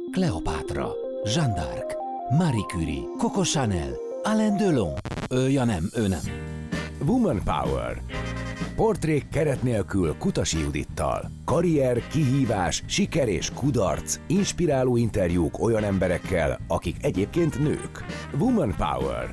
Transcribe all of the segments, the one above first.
Kleopátra, Jeanne d'Arc, Marie Curie, Coco Chanel, Alain Delon. Ő nem. Woman Power. Portrék keret nélkül Kutasi Judittal. Karrier, kihívás, siker és kudarc. Inspiráló interjúk olyan emberekkel, akik egyébként nők. Woman Power.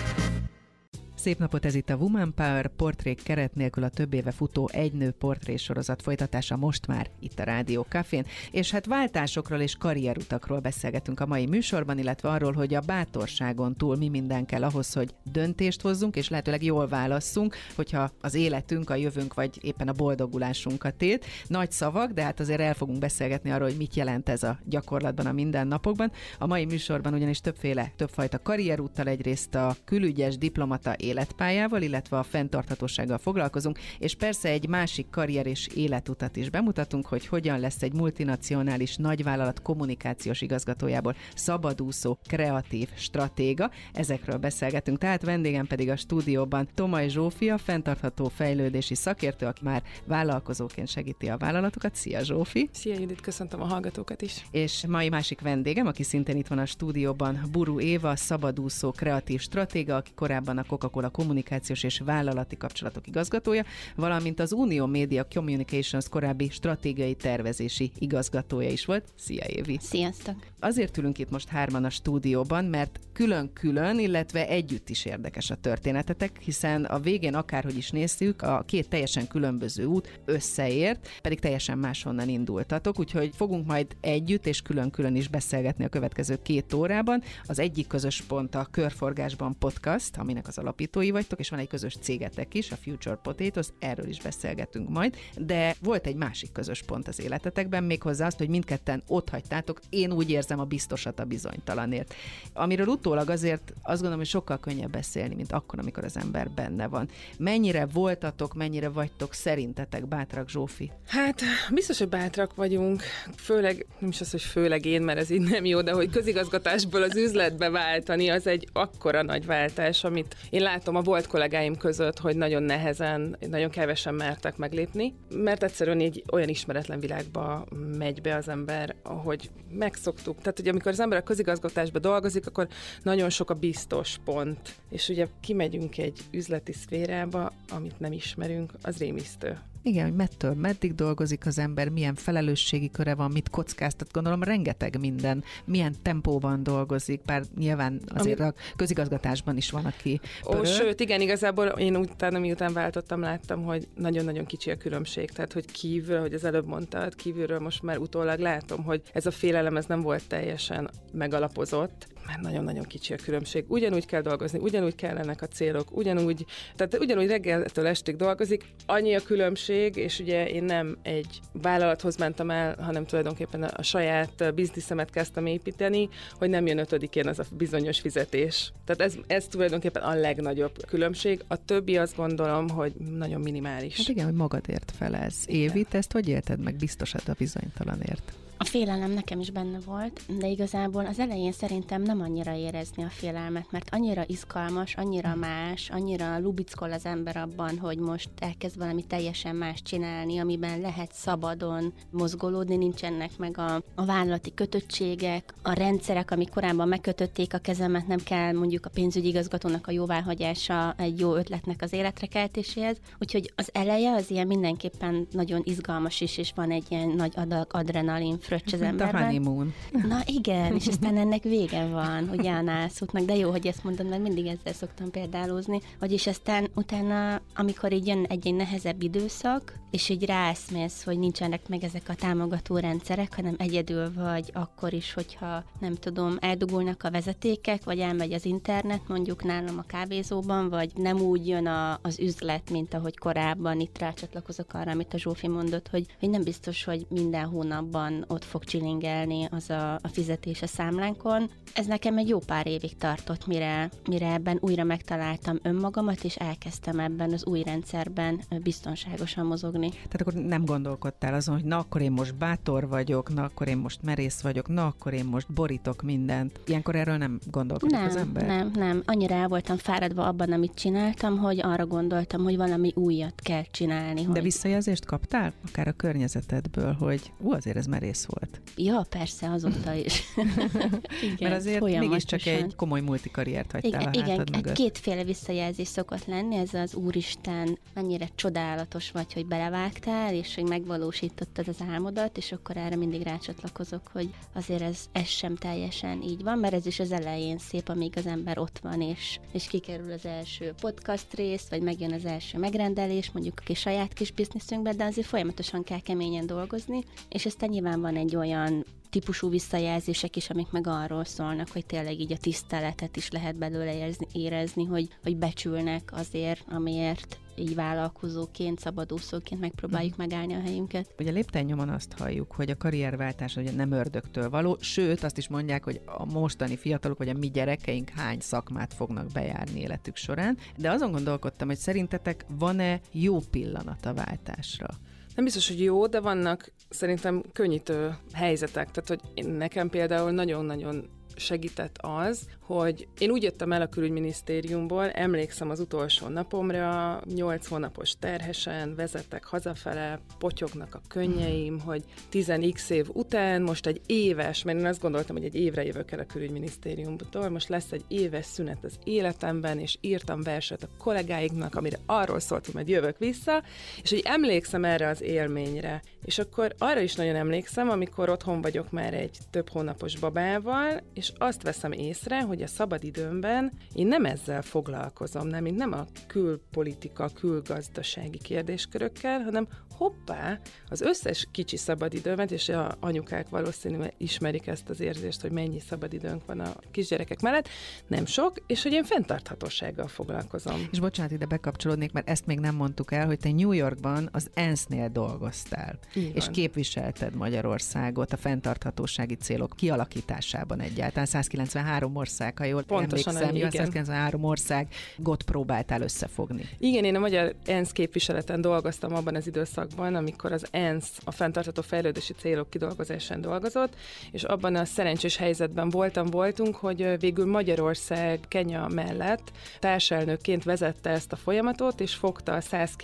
Szép napot, ez itt a Woman Power, portrék keret nélkül a több éve futó Egy nő portrésorozat folytatása most már itt a Rádió Cafén, és hát váltásokról és karrierutakról beszélgetünk a mai műsorban, illetve arról, hogy a bátorságon túl mi minden kell ahhoz, hogy döntést hozzunk, és lehetőleg jól válasszunk, hogyha az életünk, a jövőnk vagy éppen a boldogulásunkat tét. Nagy szavak, de hát azért el fogunk beszélgetni arról, hogy mit jelent ez a gyakorlatban, a mindennapokban. A mai műsorban ugyanis többfajta karrierúttal, egyrészt a külügyes diplomata életpályával, illetve a fenntarthatósággal foglalkozunk, és persze egy másik karrier és életutat is bemutatunk, hogy hogyan lesz egy multinacionális nagyvállalat kommunikációs igazgatójából szabadúszó, kreatív stratéga. Ezekről beszélgetünk. Tehát vendégem pedig a stúdióban Tomai Zsófia, fenntartható fejlődési szakértő, aki már vállalkozóként segíti a vállalatokat. Szia, Zsófi! Szia, Judit, köszöntöm a hallgatókat is! És mai másik vendégem, aki szintén itt van a stúdióban, Buru Éva, szabadúszó, kreatív stratéga, aki korábban a Coca-Cola kommunikációs és vállalati kapcsolatok igazgatója, valamint az Unió Media Communications korábbi stratégiai tervezési igazgatója is volt. Szia, Évi! Sziasztok! Azért ülünk itt most hárman a stúdióban, mert külön-külön, illetve együtt is érdekes a történetetek, hiszen a végén akárhogy is nézzük, a két teljesen különböző út összeért, pedig teljesen máshonnan indultatok, úgyhogy fogunk majd együtt és külön-külön is beszélgetni a következő 2 órában. Az egyik közös pont a Körforgásban podcast, aminek az alapítói vagytok, és van egy közös cégetek is, a Future Potatoes, erről is beszélgetünk majd, de volt egy másik közös pont az életetekben, méghozzá azt, hogy mindketten ott hagytátok, én úgy érzem, a biztosat a bizonytalanért. Amiről utólag azért azt gondolom, hogy sokkal könnyebb beszélni, mint akkor, amikor az ember benne van. Mennyire voltatok, mennyire vagytok szerintetek bátrak, Zsófi? Hát biztos, hogy bátrak vagyunk, főleg, nem is az, hogy főleg én, mert ez így nem jó, de hogy közigazgatásból az üzletbe váltani, az egy akkora nagy váltás, amit én látom a volt kollégáim között, hogy nagyon nehezen, nagyon kevesen mertek meglépni, mert egyszerűen egy olyan ismeretlen világba megy be az ember, ahogy megszoktuk. Tehát, hogy amikor az ember a közigazgatásba dolgozik, akkor nagyon sok a biztos pont, és ugye kimegyünk egy üzleti szférába, amit nem ismerünk, az rémisztő. Igen, hogy mettől meddig dolgozik az ember, milyen felelősségi köre van, mit kockáztat, gondolom rengeteg minden, milyen tempóban dolgozik, bár nyilván azért a közigazgatásban is van, aki pörög. Sőt, igen, igazából én utána, miután váltottam, láttam, hogy nagyon-nagyon kicsi a különbség, tehát hogy kívül, hogy az előbb mondtad, kívülről most már utólag látom, hogy ez a félelem, ez nem volt teljesen megalapozott, mert nagyon-nagyon kicsi a különbség. Ugyanúgy kell dolgozni, ugyanúgy kellenek a célok, ugyanúgy reggeltől estig dolgozik, annyi a különbség, és ugye én nem egy vállalathoz mentem el, hanem tulajdonképpen a saját bizniszemet kezdtem építeni, hogy nem jön 5-én az a bizonyos fizetés. Tehát ez tulajdonképpen a legnagyobb különbség. A többi azt gondolom, hogy nagyon minimális. Hát igen, hogy magadért felelsz. Évi, te ezt hogy élted meg biztosad a bizonytalanért? A félelem nekem is benne volt, de igazából az elején szerintem nem annyira érezni a félelmet, mert annyira izgalmas, annyira más, annyira lubickol az ember abban, hogy most elkezd valami teljesen más csinálni, amiben lehet szabadon mozgolódni, nincsenek meg a vállalati kötöttségek, a rendszerek, amik korábban megkötötték a kezemet, nem kell mondjuk a pénzügyi igazgatónak a jóváhagyása egy jó ötletnek az életre keltéséhez, úgyhogy az eleje az ilyen mindenképpen nagyon izgalmas is, és van egy ilyen nagy adag adrenalin fröccs az emberben. A honeymoon. Na igen, és aztán ennek vége van, ugye a nászútnak, de jó, hogy ezt mondod, mert mindig ezzel szoktam példálózni, vagyis aztán utána, amikor így jön egy nehezebb időszak, és így ráeszmélsz, hogy nincsenek meg ezek a támogató rendszerek, hanem egyedül vagy akkor is, hogyha nem tudom, eldugulnak a vezetékek, vagy elmegy az internet, mondjuk nálam a kávézóban, vagy nem úgy jön az üzlet, mint ahogy korábban. Itt rácsatlakozok arra, amit a Zsófi mondott, hogy nem biztos, hogy minden hónapban ott fog csilingelni az a fizetés a számlánkon. Ez nekem egy jó pár évig tartott, mire ebben újra megtaláltam önmagamat, és elkezdtem ebben az új rendszerben biztonságosan mozogni. Tehát akkor nem gondolkodtál azon, hogy na akkor én most bátor vagyok, na akkor én most merész vagyok, na akkor én most borítok mindent. Ilyenkor erről nem gondolkodik az ember? Nem. Annyira el voltam fáradva abban, amit csináltam, hogy arra gondoltam, hogy valami újat kell csinálni. De visszajelzést kaptál? Akár a környezetedből, hogy azért ez merész rossz volt? Ja, persze, azóta is. Igen, mert azért mégiscsak egy komoly multikarriert hagytál a hátad mögött. Kétféle visszajelzés szokott lenni, ez az úristen, mennyire csodálatos vagy, hogy belevágtál, és hogy megvalósítottad az álmodat, és akkor erre mindig rácsatlakozok, hogy azért ez sem teljesen így van, mert ez is az elején szép, amíg az ember ott van, és kikerül az első podcast rész, vagy megjön az első megrendelés, mondjuk a saját kis bizniszünkben, de azért folyamatosan kell keményen dolgozni, és aztán nyilván van egy olyan típusú visszajelzések is, amik meg arról szólnak, hogy tényleg így a tiszteletet is lehet belőle érezni, hogy becsülnek azért, amiért így vállalkozóként, szabadúszóként megpróbáljuk megállni a helyünket. Ugye lépten-nyomon azt halljuk, hogy a karrierváltás ugye nem ördögtől való, sőt azt is mondják, hogy a mostani fiatalok, vagy a mi gyerekeink hány szakmát fognak bejárni életük során, de azon gondolkodtam, hogy szerintetek van-e jó pillanat a váltásra? Nem biztos, hogy jó, de vannak szerintem könnyítő helyzetek. Tehát, hogy nekem például nagyon-nagyon segített az, hogy én úgy jöttem el a külügyminisztériumból, emlékszem az utolsó napomra, 8 hónapos terhesen vezettek hazafele, potyognak a könnyeim, hogy 10x év után most egy éves, mert én azt gondoltam, hogy egy évre jövök el a külügyminisztériumtól, most lesz egy éves szünet az életemben, és írtam verset a kollégáiknak, amire arról szólt, hogy majd jövök vissza, és hogy emlékszem erre az élményre. És akkor arra is nagyon emlékszem, amikor otthon vagyok már egy több hónapos babával, és azt veszem észre, hogy a szabadidőmben én nem ezzel foglalkozom, nem a külpolitika, külgazdasági kérdéskörökkel, hanem hoppá, az összes kicsi szabadidőmet, és a anyukák valószínűleg ismerik ezt az érzést, hogy mennyi szabadidőnk van a kisgyerekek mellett, nem sok, és hogy én fenntarthatósággal foglalkozom. És bocsánat, ide bekapcsolódnék, mert ezt még nem mondtuk el, hogy te New Yorkban az ENSZ-nél dolgoztál, és képviselted Magyarországot a fenntarthatósági célok kialakításában egyáltalán. 193 ország, ha jól pontosan emlékszem, 193 országot próbáltál összefogni. Igen, én a magyar ENSZ képviseleten dolgoztam abban az időszakban, amikor az ENSZ a fenntartható fejlődési célok kidolgozásán dolgozott, és abban a szerencsés helyzetben voltunk, hogy végül Magyarország Kenya mellett társelnökként vezette ezt a folyamatot, és fogta a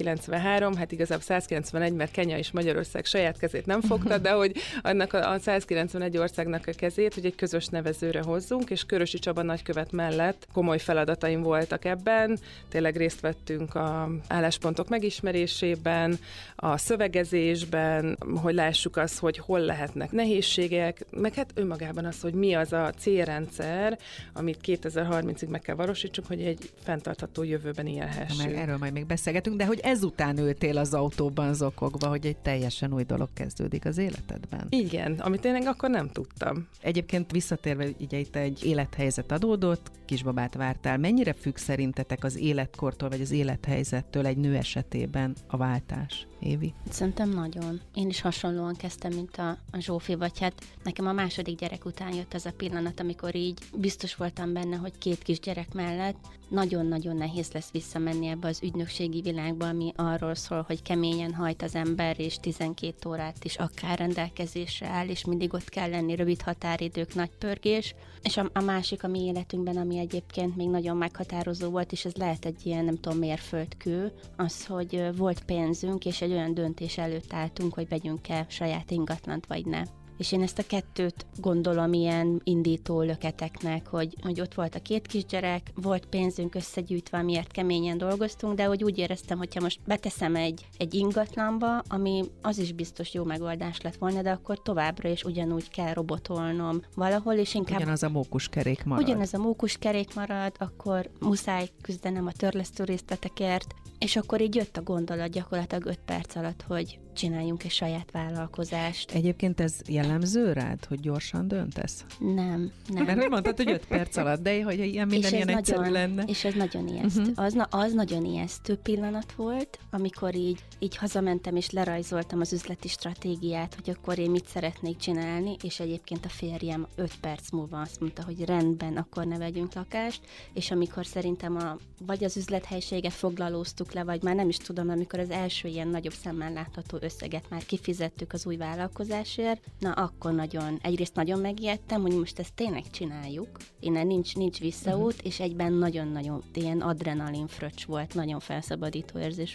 193, hát igazából 191, mert Kenya és Magyarország saját kezét nem fogta, de hogy annak a 191 országnak a kezét, hogy egy közös nevezőre hozzunk, és Körösi Csaba nagykövet mellett komoly feladataim voltak ebben. Tényleg részt vettünk az álláspontok megismerésében, a szövegezésben, hogy lássuk azt, hogy hol lehetnek nehézségek, meg hát önmagában az, hogy mi az a célrendszer, amit 2030-ig meg kell valósítsuk, hogy egy fenntartható jövőben élhessünk. Erről majd még beszélgetünk, de hogy ezután ültél az autóban zokogva, hogy egy teljesen új dolog kezdődik az életedben. Igen, amit én akkor nem tudtam. Egyébként visszatérve, ugye itt egy élethelyzet adódott, kisbabát vártál. Mennyire függ szerintetek az életkortól, vagy az élethelyzettől egy nő esetében a váltás? Évi? Szerintem nagyon. Én is hasonlóan kezdtem, mint a Zsófi, vagy hát nekem a második gyerek után jött ez a pillanat, amikor így biztos voltam benne, hogy 2 kisgyerek mellett nagyon-nagyon nehéz lesz visszamenni ebbe az ügynökségi világba, ami arról szól, hogy keményen hajt az ember, és 12 órát is akár rendelkezésre áll, és mindig ott kell lenni, rövid határidők, nagy pörgés. És a másik a mi életünkben, ami egyébként még nagyon meghatározó volt, és ez lehet egy ilyen, nem tudom, mérföldkő, az, hogy volt pénzünk, és egy olyan döntés előtt álltunk, hogy vegyünk-e saját ingatlant, vagy ne. És én ezt a kettőt gondolom ilyen indító löketeknek, hogy ott volt a 2 kisgyerek, volt pénzünk összegyűjtve, amiért keményen dolgoztunk, de hogy úgy éreztem, hogyha most beteszem egy ingatlanba, ami az is biztos jó megoldás lett volna, de akkor továbbra is ugyanúgy kell robotolnom valahol, és inkább... Ugyanaz a mókuskerék marad. Ugyanaz a mókuskerék marad, akkor muszáj küzdenem a törlesztő részletekért, és akkor így jött a gondolat gyakorlatilag 5 perc alatt, hogy csináljunk egy saját vállalkozást. Egyébként ez jellemző rád, hogy gyorsan döntesz? Nem. Mert hogy mondtad, hogy 5 perc alatt, de hogy ilyen minden ilyen egyszerű lenne. És ez nagyon ijesztő. Az nagyon ijesztő pillanat volt, amikor így hazamentem és lerajzoltam az üzleti stratégiát, hogy akkor én mit szeretnék csinálni, és egyébként a férjem 5 perc múlva azt mondta, hogy rendben, akkor ne vegyünk lakást, és amikor szerintem vagy az üzlethelyiséget foglalóztuk le, vagy már nem is tudom, amikor az első ilyen nagyobb szemmel látható összeget már kifizettük az új vállalkozásért, na akkor egyrészt nagyon megijedtem, hogy most ezt tényleg csináljuk, innen nincs visszaút, és egyben nagyon-nagyon ilyen adrenalin fröccs volt, nagyon felszabadító érzés volt.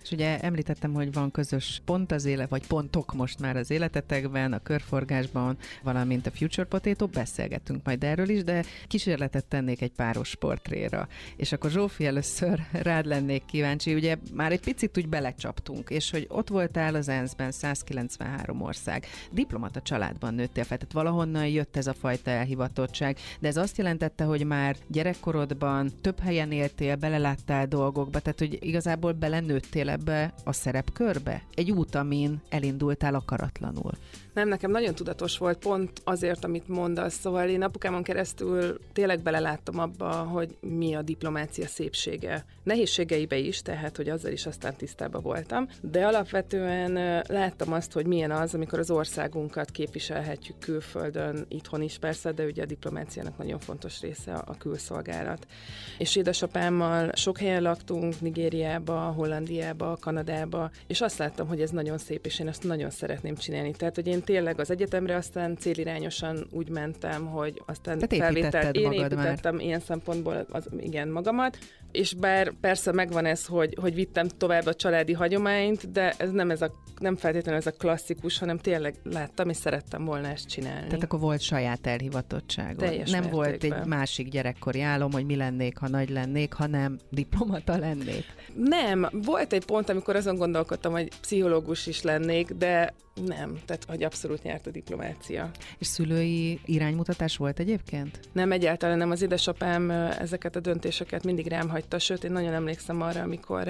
És ugye említettem, hogy van közös pont az élet, vagy pontok most már az életetekben, a körforgásban, valamint a Future Potato, beszélgetünk majd erről is, de kísérletet tennék egy páros portréra. És akkor Zsófi, először rád lennék kíváncsi, ugye már egy picit úgy belecsaptunk, és hogy ott voltál az ENSZ-ben, 193 ország. Diplomata családban nőttél fel, tehát valahonnan jött ez a fajta elhivatottság, de ez azt jelentette, hogy már gyerekkorodban több helyen éltél, beleláttál dolgokba, tehát hogy igazából belenőttél ebbe a szerepkörbe? Egy út, amin elindultál akaratlanul. Nem, nekem nagyon tudatos volt pont azért, amit mondasz, szóval én apukámon keresztül tényleg beleláttam abba, hogy mi a diplomácia szépsége. Nehézségeibe is, tehát, hogy azzal is aztán tisztában voltam, de alapvetően láttam azt, hogy milyen az, amikor az országunkat képviselhetjük külföldön, itthon is persze, de ugye a diplomáciának nagyon fontos része a külszolgálat. És édesapámmal sok helyen laktunk, Nigériába, Hollandiába, Kanadába, és azt láttam, hogy ez nagyon szép, és én ezt nagyon szeretném csinálni. Tehát, hogy én tényleg az egyetemre aztán célirányosan úgy mentem, hogy aztán én építettem ilyen szempontból igen magamat, és bár persze megvan ez, hogy vittem tovább a családi hagyományt, de ez nem feltétlenül ez a klasszikus, hanem tényleg láttam, és szerettem volna ezt csinálni. Tehát akkor volt saját elhivatottságod. Nem mértékben. Volt egy másik gyerekkori álom, hogy mi lennék, ha nagy lennék, hanem diplomata lennék. Nem, volt egy pont, amikor azon gondolkodtam, hogy pszichológus is lennék, de nem, tehát hogy abszolút nyert a diplomácia. És szülői iránymutatás volt egyébként? Nem, egyáltalán nem. Az édesapám ezeket a döntéseket mindig rám hagyta, sőt, én nagyon emlékszem arra, amikor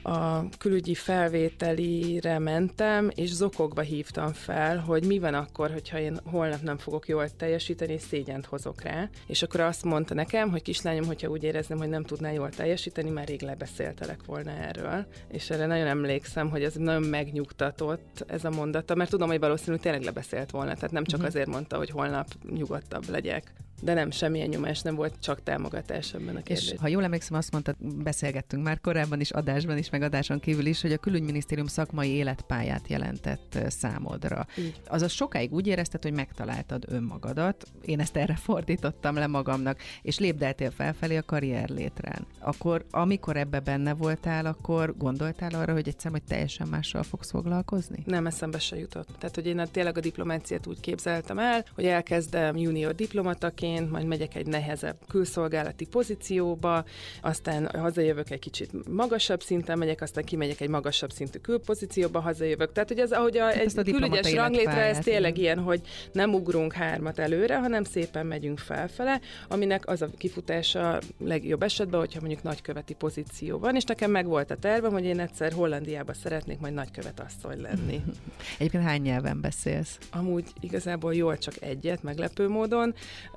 a külügyi felvételire mentem, és zokogva hívtam fel, hogy mi van akkor, hogyha én holnap nem fogok jól teljesíteni, és szégyent hozok rá. És akkor azt mondta nekem, hogy kislányom, hogyha úgy érezném, hogy nem tudnál jól teljesíteni, már rég lebeszéltelek volna erről. És erre nagyon emlékszem, hogy ez nagyon megnyugtatott ez a mondata, mert tudom, hogy valószínűleg tényleg lebeszélt volna, tehát nem csak azért mondta, hogy holnap nyugodtabb legyek. De nem, semmilyen nyomás nem volt, csak támogatás ebben a kérdésben. És ha jól emlékszem, azt mondtad, beszélgettünk már korábban is, adásban is, meg adáson kívül is, hogy a Külügyminisztérium szakmai életpályát jelentett számodra. Azaz sokáig úgy érezted, hogy megtaláltad önmagadat, én ezt erre fordítottam le magamnak, és lépdeltél felfelé a karrierlétrán. Akkor, amikor ebbe benne voltál, akkor gondoltál arra, hogy egyszer majd teljesen mással fogsz foglalkozni? Nem, eszembe se jutott. Tehát, hogy én tényleg a diplomáciát úgy képzeltem el, hogy elkezdem junior diplomataként, majd megyek egy nehezebb külszolgálati pozícióba, aztán hazajövök egy kicsit magasabb szinten, megyek, aztán kimegyek egy magasabb szintű külpozícióba, hazajövök. Tehát, hogy ez, ahogy egy külügyes ranglétre, ez tényleg ilyen, hogy nem ugrunk 3 előre, hanem szépen megyünk felfele, aminek az a kifutása legjobb esetben, hogyha mondjuk nagyköveti pozíció van, és nekem meg volt a tervem, hogy én egyszer Hollandiába szeretnék majd nagykövet asszony lenni. Egyébként hány nyelven beszélsz? Amúgy igazából jól, csak egyet, meglepő módon.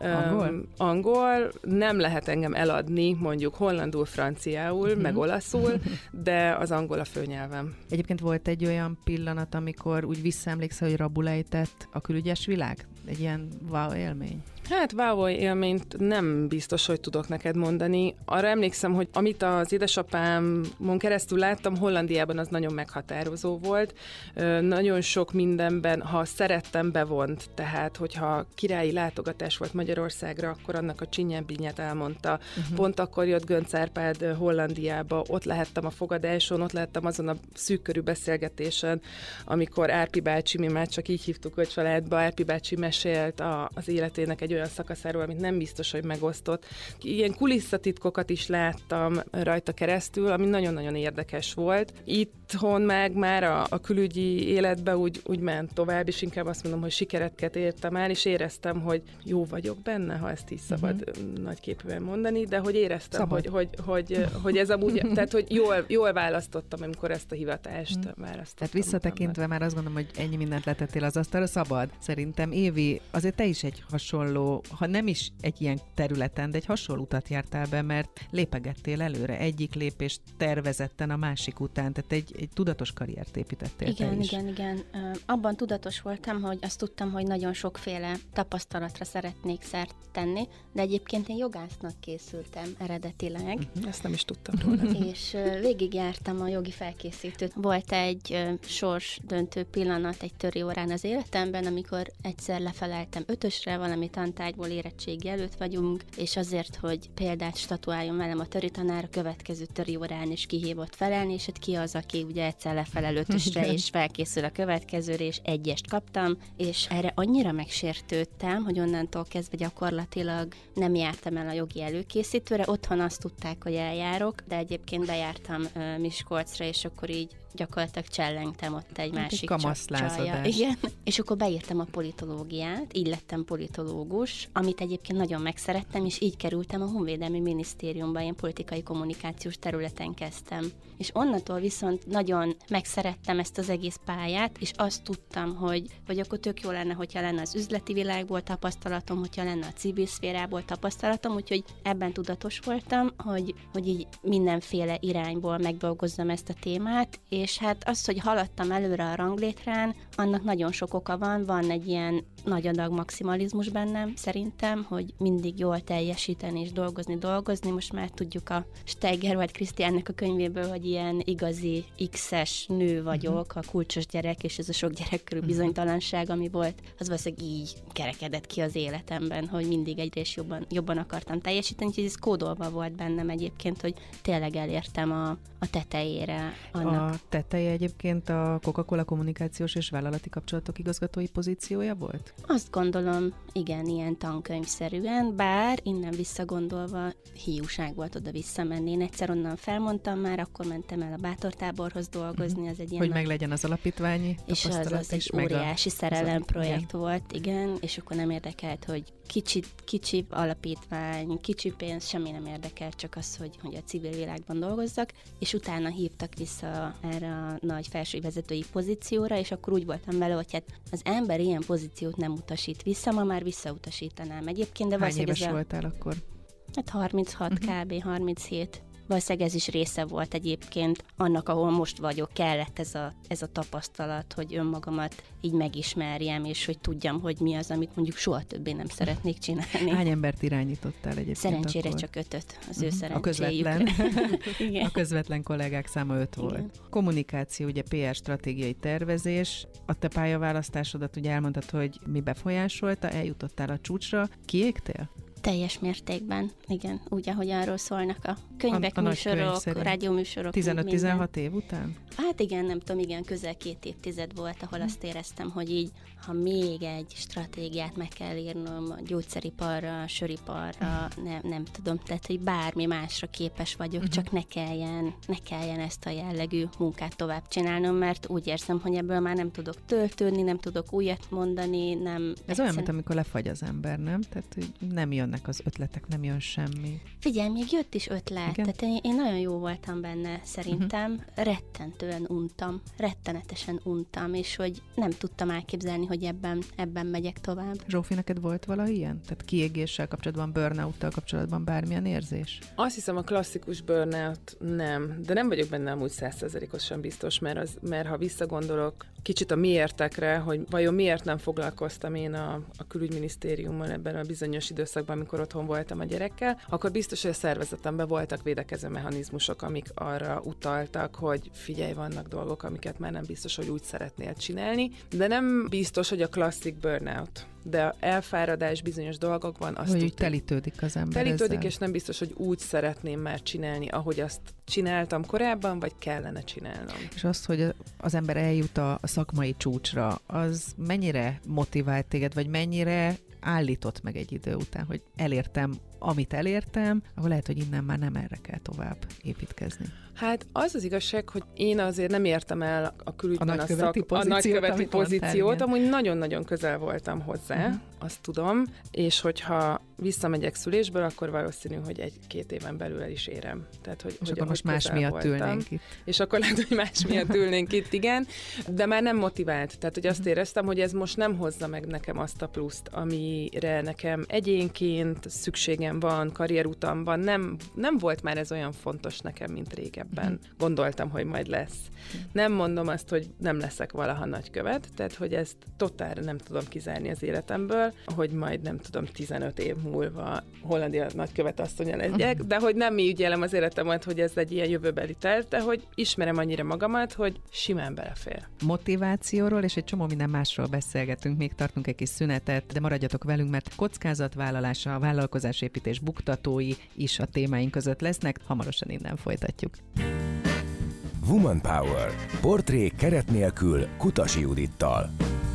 Angol? Nem lehet engem eladni mondjuk hollandul, franciául, meg olaszul, de az angol a főnyelvem. Egyébként volt egy olyan pillanat, amikor úgy visszaemlékszel, hogy rabulejtett a külügyes világ? Egy ilyen wow élmény? Hát wow élményt nem biztos, hogy tudok neked mondani. Arra emlékszem, hogy amit az édesapámon keresztül láttam, Hollandiában az nagyon meghatározó volt. Nagyon sok mindenben, ha szerettem, bevont. Tehát, hogyha királyi látogatás volt Magyarországra, akkor annak a csinyán-binyát elmondta. Pont akkor jött Göncz Árpád Hollandiába, ott lehettem a fogadáson, ott lehettem azon a szűkkörű beszélgetésen, amikor Árpi bácsi, mi már csak így hívtuk a családba, Árpi bácsi mesélt az életének egy olyan szakaszáról, amit nem biztos, hogy megosztott. Ilyen kulisszatitkokat is láttam rajta keresztül, ami nagyon-nagyon érdekes volt. Itthon már a külügyi életbe úgy ment tovább, és inkább azt mondom, hogy sikereket értem el, és éreztem, hogy jó vagyok benne, ha ezt így szabad nagyképűen mondani, de hogy éreztem, hogy ez amúgy, tehát hogy jól választottam, amikor ezt a hivatást választottam. Tehát visszatekintve már azt gondolom, hogy ennyi mindent letettél az asztalra, szabad. Szerintem Évi, azért te is egy hasonló, ha nem is egy ilyen területen, de egy hasonló utat jártál be, mert lépegettél előre, egyik lépést tervezetten a másik után, tehát egy tudatos karriert építettél te is. Igen. Abban tudatos voltam, hogy azt tudtam, hogy nagyon sokféle tapasztalatra szeretnék szert karriert tenni, de egyébként én jogásznak készültem eredetileg. Ezt nem is tudtam róla. És végigjártam a jogi felkészítőt. Volt egy sorsdöntő pillanat egy töri órán az életemben, amikor egyszer lefeleltem 5-ösre, valami tantárgyból, érettségi előtt vagyunk, és azért, hogy példát statuáljon velem a töri tanár, a következő töri órán is kihívott felelni, és hát ki az, aki ugye egyszer lefelel 5-ösre, és felkészül a következőre, és 1-est kaptam, és erre annyira megsértődtem, hogy onnantól kezdve gyakorlatilag nem jártam el a jogi előkészítőre, otthon azt tudták, hogy eljárok, de egyébként bejártam Miskolcra, és akkor így gyakorlatilag csellengtem ott egy másik csajja. Igen. És akkor beírtam a politológiát, így lettem politológus, amit egyébként nagyon megszerettem, és így kerültem a Honvédelmi Minisztériumba, ilyen politikai kommunikációs területen kezdtem. És onnantól viszont nagyon megszerettem ezt az egész pályát, és azt tudtam, hogy akkor tök jó lenne, hogyha lenne az üzleti világból tapasztalatom, hogyha lenne a civil szférából tapasztalatom, úgyhogy ebben tudatos voltam, hogy így mindenféle irányból megdolgozzam ezt a témát, és hát az, hogy haladtam előre a ranglétrán, annak nagyon sok oka van egy ilyen nagy adag maximalizmus bennem, szerintem, hogy mindig jól teljesíteni és dolgozni. Most már tudjuk a Steiger vagy Krisztiánnak a könyvéből, hogy ilyen igazi X-es nő vagyok, a kulcsos gyerek, és ez a sok gyerek körül bizonytalanság, ami volt, az valószínűleg így kerekedett ki az életemben, hogy mindig egyrészt jobban akartam teljesíteni, úgyhogy ez kódolva volt bennem egyébként, hogy tényleg elértem a tetejére annak. A teteje egyébként a Coca-Cola kommunikációs és vállalati kapcsolatok igazgatói pozíciója volt? Azt gondolom, igen, ilyen tankönyvszerűen, bár innen visszagondolva hiúság volt oda visszamenni. Én egyszer onnan felmondtam már, akkor mentem el a Bátortáborhoz dolgozni, az egy ilyen hogy meglegyen az alapítványi tapasztalat. És az egy óriási szerelemprojekt volt, igen, és akkor nem érdekelt, hogy kicsi alapítvány, kicsi pénz, semmi nem érdekelt, csak az, hogy a civil világban dolgozzak, és utána hívtak vissza erre a nagy felsővezetői pozícióra, és akkor úgy voltam vele, hogy hát az ember ilyen pozíciót nem utasít vissza, ma már visszautasítanám egyébként, de hány éves voltál akkor? Hát 36 kb. 37. Valószínűleg ez is része volt egyébként annak, ahol most vagyok. Kellett ez a tapasztalat, hogy önmagamat így megismerjem, és hogy tudjam, hogy mi az, amit mondjuk soha többé nem szeretnék csinálni. Hány embert irányítottál egyébként? Szerencsére akkor? Csak 5-öt, az ő szerencséjükre. A közvetlen kollégák száma 5 volt. Igen. Kommunikáció, ugye PR stratégiai tervezés. A te pályaválasztásodat ugye elmondtad, hogy mi befolyásolta, eljutottál a csúcsra. Kiégtél? Teljes mértékben, igen, úgy, ahogy arról szólnak a könyvek, műsorok, rádióműsorok. 15-16 év után? Hát igen, nem tudom, igen, közel 2 évtized volt, ahol azt éreztem, hogy így, ha még egy stratégiát meg kell írnom a gyógyszeriparra, söriparra, nem tudom, tehát, hogy bármi másra képes vagyok, csak ne kelljen ezt a jellegű munkát tovább csinálnom, mert úgy érzem, hogy ebből már nem tudok töltődni, nem tudok újat mondani, nem... Ez olyan, mint amikor lefagy az ember, nem? Tehát, hogy nem jönnek az ötletek, nem jön semmi. Figyelj, még jött is ötlet, igen? Tehát én nagyon jó voltam benne, szerintem. Rettenetesen untam, és hogy nem tudtam elképzelni, hogy ebben megyek tovább. Zsófi, neked volt valahogy ilyen? Tehát kiégéssel kapcsolatban, burnout-tal kapcsolatban bármilyen érzés? Azt hiszem, a klasszikus burnout nem, de nem vagyok benne amúgy 100%-osan biztos, mert ha visszagondolok kicsit a miértekre, hogy vajon miért nem foglalkoztam én a külügyminisztériummal ebben a bizonyos időszakban, amikor otthon voltam a gyerekkel, akkor biztos, hogy a szervezetemben voltak védekező mechanizmusok, amik arra utaltak, hogy figyelj, vannak dolgok, amiket már nem biztos, hogy úgy szeretnél csinálni, de nem biztos, hogy a klasszik burnout. De elfáradás bizonyos dolgokban azt hogy telítődik az ember. Telítődik, és nem biztos, hogy úgy szeretném már csinálni, ahogy azt csináltam korábban, vagy kellene csinálnom. És az, hogy az ember eljut a szakmai csúcsra, az mennyire motivált téged, vagy mennyire állított meg egy idő után, hogy elértem, amit elértem, akkor lehet, hogy innen már nem erre kell tovább építkezni. Hát az igazság, hogy én azért nem értem el a külügyben a nagyköveti pozíciót, amúgy nagyon-nagyon közel voltam hozzá, azt tudom, és hogyha visszamegyek szülésből, akkor valószínű, hogy 1-2 éven belül el is érem. Tehát, és akkor most más miatt ülnénk itt. És akkor lehet, hogy más miatt ülnénk itt, igen, de már nem motivált. Tehát, hogy azt éreztem, hogy ez most nem hozza meg nekem azt a pluszt, amire nekem egyénként szükségem van, karrierutamban. Nem volt már ez olyan fontos nekem, mint régebben. Gondoltam, hogy majd lesz. Nem mondom azt, hogy nem leszek valaha nagykövet, tehát, hogy ezt totálra nem tudom kizárni az életemből, hogy majd nem tudom 15 év múlva Hollandia nagykövet asszonya legyek, de hogy nem így élem az életemet, hogy ez egy ilyen jövőbeli terv, de hogy ismerem annyira magamat, hogy simán belefér. Motivációról és egy csomó minden másról beszélgetünk, még tartunk egy kis szünetet, de maradjatok velünk, mert kockázatvállalása, a vállalkozásépítés buktatói is a témáink között lesznek, hamarosan innen folytatjuk. Woman Power. Portré keret nélkül Kutasi Judittal.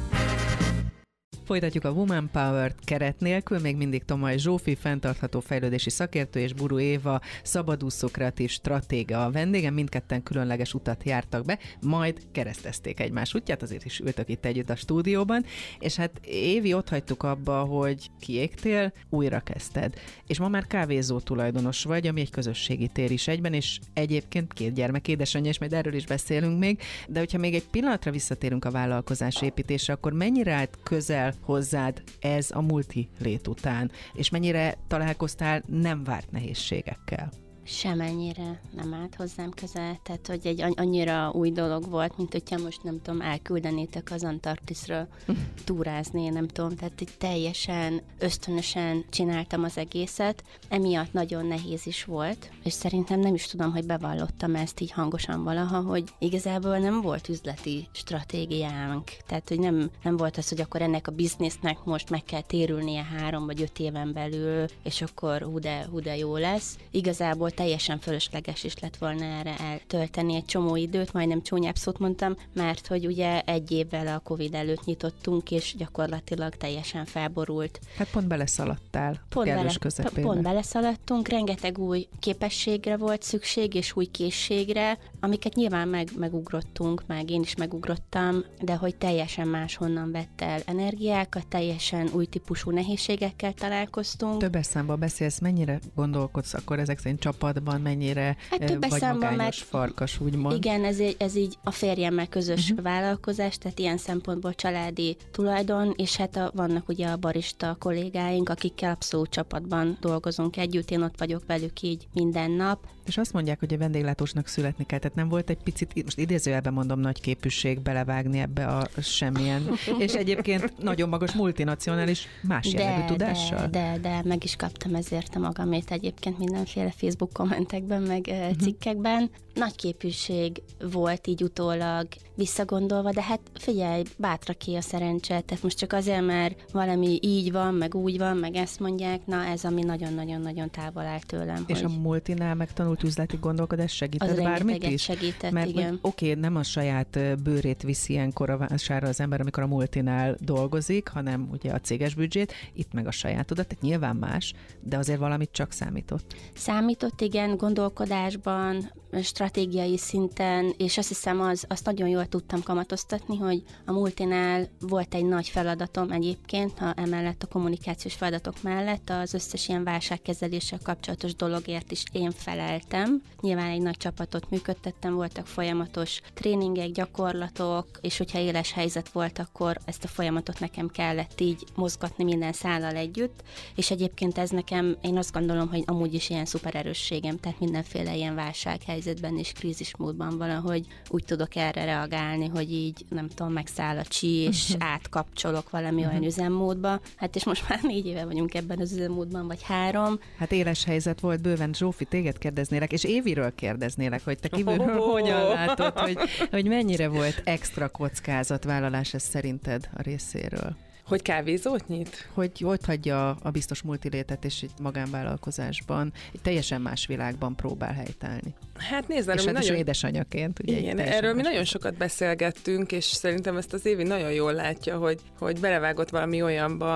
Folytatjuk a Woman Power-t keret nélkül, még mindig Tomaj Zsófi, fenntartható fejlődési szakértő, és Buru Éva, szabadúszó kreatív stratéga a vendégem. Mindketten különleges utat jártak be, majd keresztezték egymás útját, azért is ültök itt együtt a stúdióban, és hát Évi, ott hagytuk abba, hogy kiégtél, újra kezdted. És ma már kávézó tulajdonos vagy, ami egy közösségi tér is egyben, és egyébként 2 gyermek édesanyja, és majd erről is beszélünk még, de hogyha még egy pillanatra visszatérünk a vállalkozás építésre, akkor mennyire állt közel hozzád ez a multi lét után, és mennyire találkoztál nem várt nehézségekkel? Semennyire nem állt hozzám közel, tehát hogy egy annyira új dolog volt, mint hogyha most nem tudom, elküldenétek az Antarktiszra túrázni, nem tudom, tehát így teljesen ösztönösen csináltam az egészet, emiatt nagyon nehéz is volt, és szerintem nem is tudom, hogy bevallottam ezt így hangosan valaha, hogy igazából nem volt üzleti stratégiánk, tehát hogy nem volt az, hogy akkor ennek a biznisznek most meg kell térülnie 3 vagy 5 éven belül, és akkor hú de jó lesz. Igazából teljesen fölösleges is lett volna erre eltölteni egy csomó időt, majdnem csúnyább szót mondtam, mert hogy ugye 1 évvel a Covid előtt nyitottunk, és gyakorlatilag teljesen felborult. Hát pont beleszaladtál kellős közepébe. Pont beleszaladtunk, rengeteg új képességre volt szükség, és új készségre, amiket nyilván megugrottunk, meg én is megugrottam, de hogy teljesen máshonnan vett el energiákat, teljesen új típusú nehézségekkel találkoztunk. Többes számban beszélsz, mennyire gondolkodsz akkor ezek szerint csapatban, mennyire vagy magányos farkas, úgymond? Igen, ez így a férjemmel közös vállalkozás, tehát ilyen szempontból családi tulajdon, és hát vannak ugye a barista kollégáink, akikkel abszolút csapatban dolgozunk együtt, én ott vagyok velük így minden nap. És azt mondják, hogy a vendéglátósnak születni kell, tehát nem volt egy picit, most idézőjelben mondom, nagy képűség belevágni ebbe a semmilyen, és egyébként nagyon magas multinacionális más jellegű tudással? De meg is kaptam ezért a magamét egyébként mindenféle Facebook kommentekben, meg cikkekben. Nagy képűség volt így utólag visszagondolva, de hát figyelj, bátraké a szerencse, tehát most csak azért, mert valami így van, meg úgy van, meg ezt mondják, na ez ami nagyon-nagyon-nagyon távol áll tőlem. És hogy... a multinál megtanult üzleti gondolkodás segített bármit is? Segített, mert igen. Oké, nem a saját bőrét viszi ilyenkor a vására az ember, amikor a multinál dolgozik, hanem ugye a céges büdzsét, itt meg a sajátodat, tehát nyilván más, de azért valamit csak számított. Számított, igen, gondolkodásban, stratégiai szinten, és azt hiszem azt nagyon jól tudtam kamatoztatni, hogy a multinál volt egy nagy feladatom egyébként, emellett a kommunikációs feladatok mellett az összes ilyen válságkezeléssel kapcsolatos dologért is én feleltem. Nyilván egy nagy csapatot működtettem, voltak folyamatos tréningek, gyakorlatok, és hogyha éles helyzet volt, akkor ezt a folyamatot nekem kellett így mozgatni minden szállal együtt, és egyébként ez nekem, én azt gondolom, hogy amúgy is ilyen szuper erősségem, tehát mindenféle ilyen válsághelyzetben és krízismódban valahogy úgy tudok erre reagálni, hogy így nem tudom, megszáll a csí, és átkapcsolok valami olyan üzemmódba. Hát és most már 4 éve vagyunk ebben az üzemmódban, vagy 3. Hát éles helyzet volt bőven. Zsófi, téged kérdeznélek, és Éviről kérdeznélek, hogy te kívülről hogyan látod, hogy mennyire volt extra kockázatvállalás ez szerinted a részéről? Hogy kávézót nyit? Hogy ott hagyja a biztos multilétet, és egy magánvállalkozásban, egy teljesen más világban próbál helytállni. Hát nézd, és hát nagyon édesanyaként. Ugye, igen, erről mi nagyon sokat beszélgettünk, és szerintem ezt az Évi nagyon jól látja, hogy belevágott valami olyanba,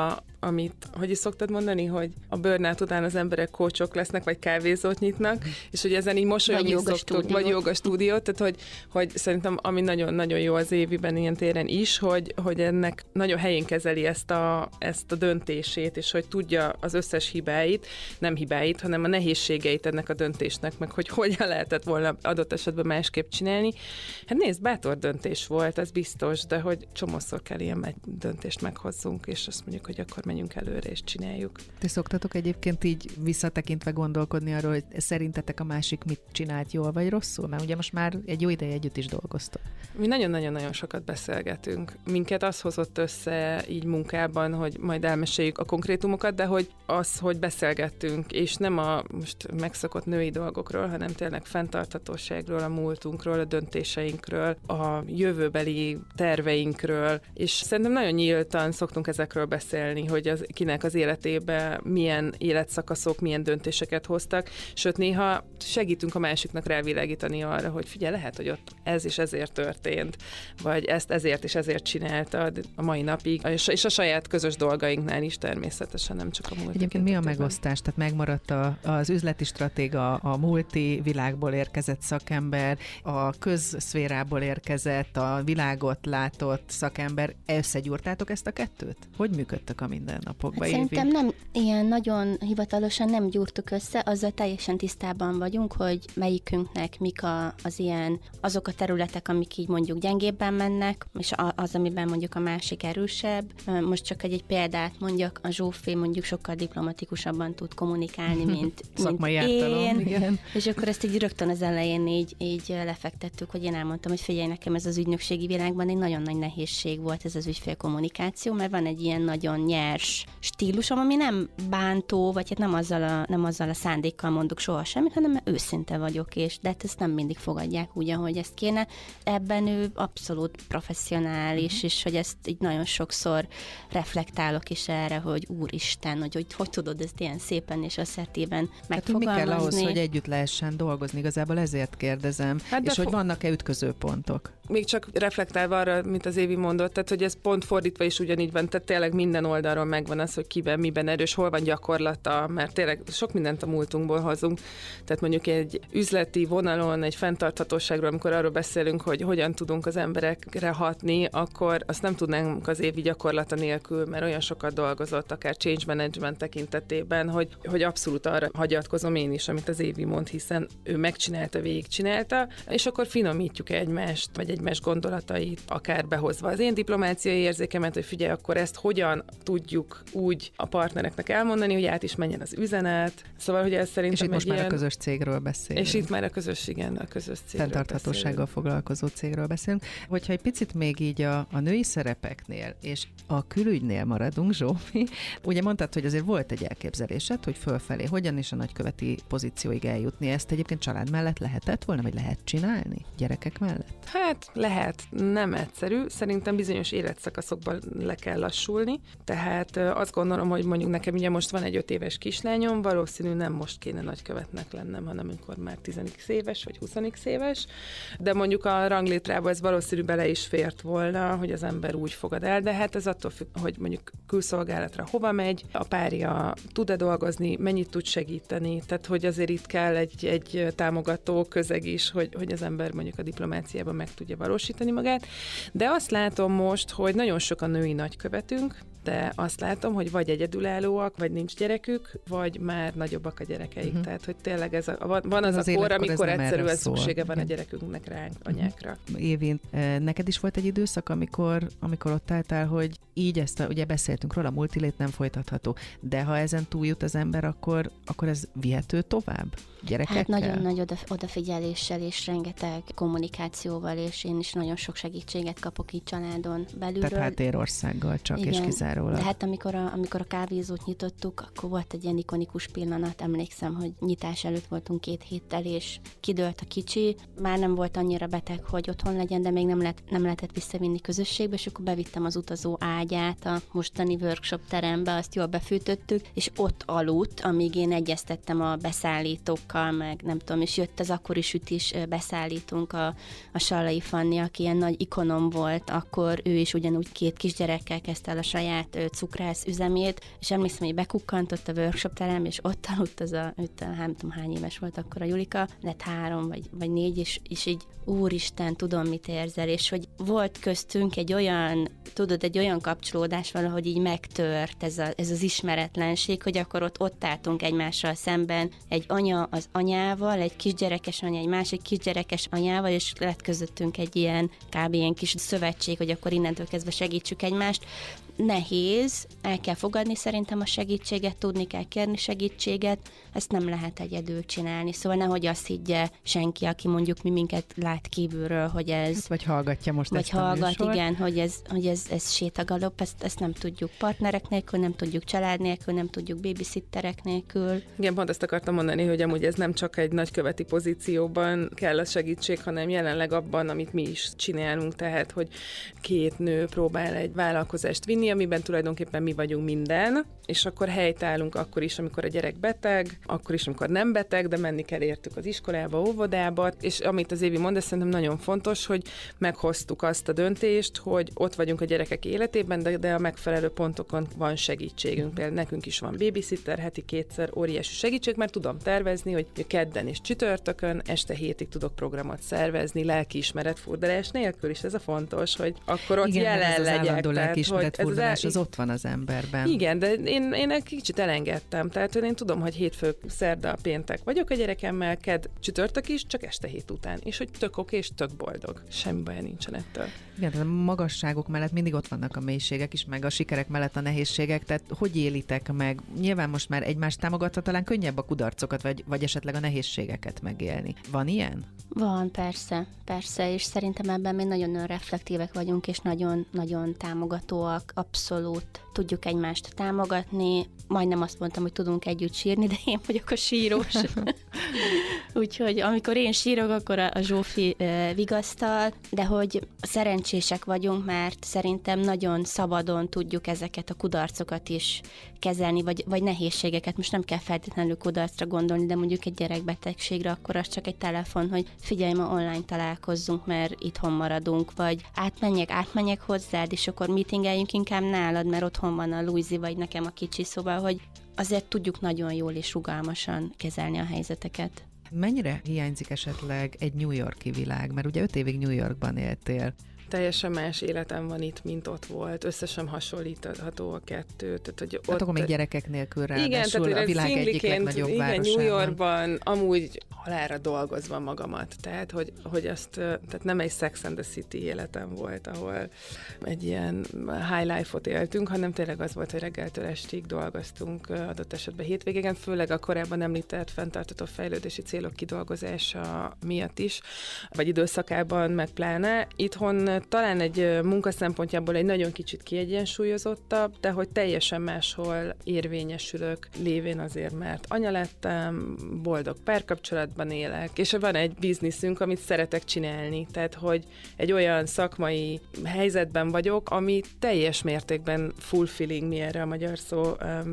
amit, hogy is szoktad mondani, hogy a burnout után az emberek coachok lesznek, vagy kávézót nyitnak, és hogy ezen így mosolyogni szoktuk, vagy joga stúdiót, tehát hogy szerintem ami nagyon-nagyon jó az Éviben ilyen téren is, hogy ennek nagyon helyén kezeli ezt a döntését, és hogy tudja az összes hibáit, nem hibáit, hanem a nehézségeit ennek a döntésnek, meg hogy hogyan lehetett volna adott esetben másképp csinálni. Hát nézd, bátor döntés volt, ez biztos, de hogy csomószor kell ilyen döntést meghozzunk, és azt mondjuk, hogy akkor menjünk előre és csináljuk. Ti szoktatok egyébként így visszatekintve gondolkodni arról, hogy szerintetek a másik mit csinált jól vagy rosszul? Mert ugye most már egy jó ideje együtt is dolgoztok. Mi nagyon-nagyon-nagyon sokat beszélgetünk. Minket az hozott össze így munkában, hogy majd elmeséljük a konkrétumokat, de hogy az, hogy beszélgettünk, és nem a most megszokott női dolgokról, hanem tényleg fenntarthatóságról, a múltunkról, a döntéseinkről, a jövőbeli terveinkről, és szerintem nagyon nyíltan szoktunk ezekről beszélni, hogy kinek az életébe milyen életszakaszok, milyen döntéseket hoztak, sőt néha segítünk a másiknak rávilágítani arra, hogy figyelj, lehet, hogy ott ez és ezért történt, vagy ezt ezért és ezért csináltad a mai napig, és a saját közös dolgainknál is természetesen, nem csak a múlt. Egyébként mi a megosztás? Tehát megmaradt az üzleti stratéga, a multi világból érkezett szakember, a közszférából érkezett, a világot látott szakember. Összegyúrtátok ezt a kettőt? Hogy működtök a mindennapokban? Szerintem nem ilyen nagyon hivatalosan nem gyúrtuk össze, azzal teljesen tisztában vagyunk, hogy melyikünknek mik azok a területek, amik így mondjuk gyengébben mennek, és az, amiben mondjuk a másik erősebb. Most csak egy példát mondjak, a Zsófi mondjuk sokkal diplomatikusabban tud kommunikálni, mint én. Igen. És akkor ezt így rögtön az elején így lefektettük, hogy én elmondtam, hogy figyelj, nekem ez az ügynökségi világban egy nagyon nagy nehézség volt ez az ügyfélkommunikáció, mert van egy ilyen nagyon nyers stílusom, ami nem bántó, vagy hát nem azzal a szándékkal mondok soha semmit, hanem őszinte vagyok, de hát ezt nem mindig fogadják úgy, ahogy ezt kéne. Ebben ő abszolút professzionális, és hogy ezt így nagyon sokszor reflektálok is erre, hogy úristen, hogy tudod ezt ilyen szépen és asszertíven megfogalmazni. Hát, mi kell ahhoz, hogy együtt lehessen dolgozni? Igazából ezért kérdezem. Hát és hogy vannak-e ütközőpontok? Még csak reflektálva arra, mint az Évi mondott, tehát hogy ez pont fordítva is ugyanígy van, tehát tényleg minden oldalról megvan az, hogy kiben, miben erős, hol van gyakorlata, mert tényleg sok mindent a múltunkból hozunk. Tehát mondjuk egy üzleti vonalon, egy fenntarthatóságról, amikor arról beszélünk, hogy hogyan tudunk az emberekre hatni, akkor azt nem tudnánk az Évi gyakorlata nélkül, mert olyan sokat dolgozott, akár change management tekintetében, hogy abszolút arra hagyatkozom én is, amit az Évi mond, hiszen ő megcsinálta, végigcsinálta, és akkor finomítjuk egymást, vagy egymás gondolatait, akár behozva az én diplomáciai érzékemet, hogy figyelj, akkor ezt hogyan tudjuk úgy a partnereknek elmondani, hogy át is menjen az üzenet. Szóval, hogy ez szerintem és itt most már a közös cégről beszélünk. És itt már a közös cégről fenntarthatósággal foglalkozó cégről beszélünk. Hogyha egy picit még így a női szerepeknél és a külügynél maradunk, Zsófi, ugye mondtad, hogy azért volt egy elképzelésed, hogy fölfelé hogyan is a nagyköveti pozícióig eljutni. Ezt egyébként család mellett lehetett volna, vagy lehet csinálni? Gyerekek mellett? Hát lehet, nem egyszerű. Szerintem bizonyos életszakaszokban le kell lassulni. Tehát azt gondolom, hogy mondjuk nekem ugye most van egy 5 éves kislányom, valószínű nem most kéne nagykövetnek lennem, hanem amikor már 10 éves vagy 20 éves, de mondjuk a ranglétrába ez valószínű bele is fért volna, hogy az ember úgy fogad el, de hát ez attól függ, hogy mondjuk külszolgálatra hova megy, a párja tud-e dolgozni, mennyit tud segíteni, tehát hogy azért itt kell egy támogató közeg is, hogy az ember mondjuk a diplomáciában meg tudja valósítani magát, de azt látom most, hogy nagyon sok a női nagykövetünk, de azt látom, hogy vagy egyedülállóak, vagy nincs gyerekük, vagy már nagyobbak a gyerekeik. Tehát, hogy tényleg van az a kor, amikor egyszerűen szüksége van a gyerekünknek ránk, anyákra. Évin, neked is volt egy időszak, amikor ott álltál, hogy így ugye beszéltünk róla, a multilét nem folytatható, de ha ezen túljut az ember, akkor ez vihető tovább? Gyerekekkel? Hát nagyon nagy odafigyeléssel és rengeteg kommunikációval, és én is nagyon sok segítséget kapok így családon belülről. Tehát háttérországgal csak. Igen, és kizárólag. De hát amikor a kávézót nyitottuk, akkor volt egy ilyen ikonikus pillanat, emlékszem, hogy nyitás előtt voltunk 2 héttel, és kidőlt a kicsi, már nem volt annyira beteg, hogy otthon legyen, de még nem lehetett visszavinni közösségbe, és akkor bevittem az utazó ágyát a mostani workshop terembe, azt jól befűtöttük, és ott aludt, amíg én egyeztettem a beszállítókkal, meg nem tudom, és jött az akkori sütis beszállítónk, a Sallai Fanni, aki ilyen nagy ikonom volt, akkor ő is ugyanúgy 2 kisgyerekkel kezdte el a saját saját cukrász üzemét, és emlékszem, hogy bekukkantott a workshop terem, és ott aludt nem tudom hány éves volt akkor a Julika, lett 3 vagy 4, és így úristen, tudom, mit érzel, és hogy volt köztünk egy olyan kapcsolódás valahogy így megtört ez az ismeretlenség, hogy akkor ott álltunk egymással szemben, egy anya az anyával, egy kisgyerekes anya, egy másik kisgyerekes anyával, és lett közöttünk egy ilyen kb. Ilyen kis szövetség, hogy akkor innentől kezdve segítsük egymást. Nehéz, el kell fogadni szerintem a segítséget, tudni kell kérni segítséget, ezt nem lehet egyedül csinálni, szóval nehogy azt higgye senki, aki mondjuk minket lát kívülről, hogy ez... Vagy hallgatja most vagy ezt hallgat, a műsort. igen, hogy ez sétagalop, ezt nem tudjuk partnerek nélkül, nem tudjuk család nélkül, nem tudjuk babysitterek nélkül. Igen, pont ezt akartam mondani, hogy amúgy ez nem csak egy nagyköveti pozícióban kell a segítség, hanem jelenleg abban, amit mi is csinálunk, tehát, hogy 2 nő próbál egy vállalkozást vinni, amiben tulajdonképpen mi vagyunk minden, és akkor helytállunk akkor is, amikor a gyerek beteg, akkor is, amikor nem beteg, de menni kell értük az iskolába, óvodába, és amit az Évi mond, ez szerintem nagyon fontos, hogy meghoztuk azt a döntést, hogy ott vagyunk a gyerekek életében, de a megfelelő pontokon van segítségünk. Például nekünk is van babysitter, heti 2-szer óriási segítség, mert tudom tervezni, hogy kedden és csütörtökön este 7-ig tudok programot szervezni, lelkiismeretfurdalás nélkül is, ez a fontos, hogy akkor ott jelen legyek. Lelkiismeretfurdalás az ott van az emberben. Igen, de én egy kicsit elengedtem, tehát én tudom, hogy hétfő, szerda, péntek vagyok a gyerekemmel, kedd, csütörtök is, csak este 7 után, és hogy tök oké, és tök boldog. Semmi baj nincsen ettől. Igen, tehát a magasságok mellett mindig ott vannak a mélységek is, meg a sikerek mellett a nehézségek, tehát hogy élitek meg? Nyilván most már egymást támogatva talán könnyebb a kudarcokat, vagy esetleg a nehézségeket megélni. Van ilyen? Van, persze, és szerintem ebben mi nagyon reflektívek vagyunk, és nagyon támogatóak, abszolút tudjuk egymást támogatni. Majdnem azt mondtam, hogy tudunk együtt sírni, de én vagyok a sírós. Úgyhogy amikor én sírok, akkor a Zsófi vigasztal, de hogy szerencsések vagyunk, mert szerintem nagyon szabadon tudjuk ezeket a kudarcokat is kezelni, vagy nehézségeket. Most nem kell feltétlenül kudarcra gondolni, de mondjuk egy gyerekbetegségre, akkor az csak egy telefon, hogy figyelj, ma online találkozzunk, mert itthon maradunk, vagy átmenjek hozzád, és akkor meetingeljünk inkább nálad, mert otthon van a Luizi, vagy nekem a kicsi, szóval, hogy azért tudjuk nagyon jól és rugalmasan kezelni a helyzeteket. Mennyire hiányzik esetleg egy New York-i világ? Mert ugye 5 évig New Yorkban éltél. Teljesen más életem van itt, mint ott volt. Összesen hasonlítható a kettő. Tehát, hogy ott... akkor még gyerekek nélkül ráadásul igen, a világ egyik legnagyobb városában. New Yorkban amúgy halálra dolgozva magamat. Tehát, hogy azt, tehát nem egy Sex and the City életem volt, ahol egy ilyen high life-ot éltünk, hanem tényleg az volt, hogy reggeltől estig dolgoztunk adott esetben hétvégén, főleg a korábban említett fenntartható fejlődési célok kidolgozása miatt is, vagy időszakában, meg pláne. Itthon talán egy munka szempontjából egy nagyon kicsit kiegyensúlyozottabb, de hogy teljesen máshol érvényesülök, lévén azért, mert anya lettem, boldog párkapcsolatban élek, és van egy bizniszünk, amit szeretek csinálni, tehát hogy egy olyan szakmai helyzetben vagyok, ami teljes mértékben fulfilling, mi erre a magyar szó,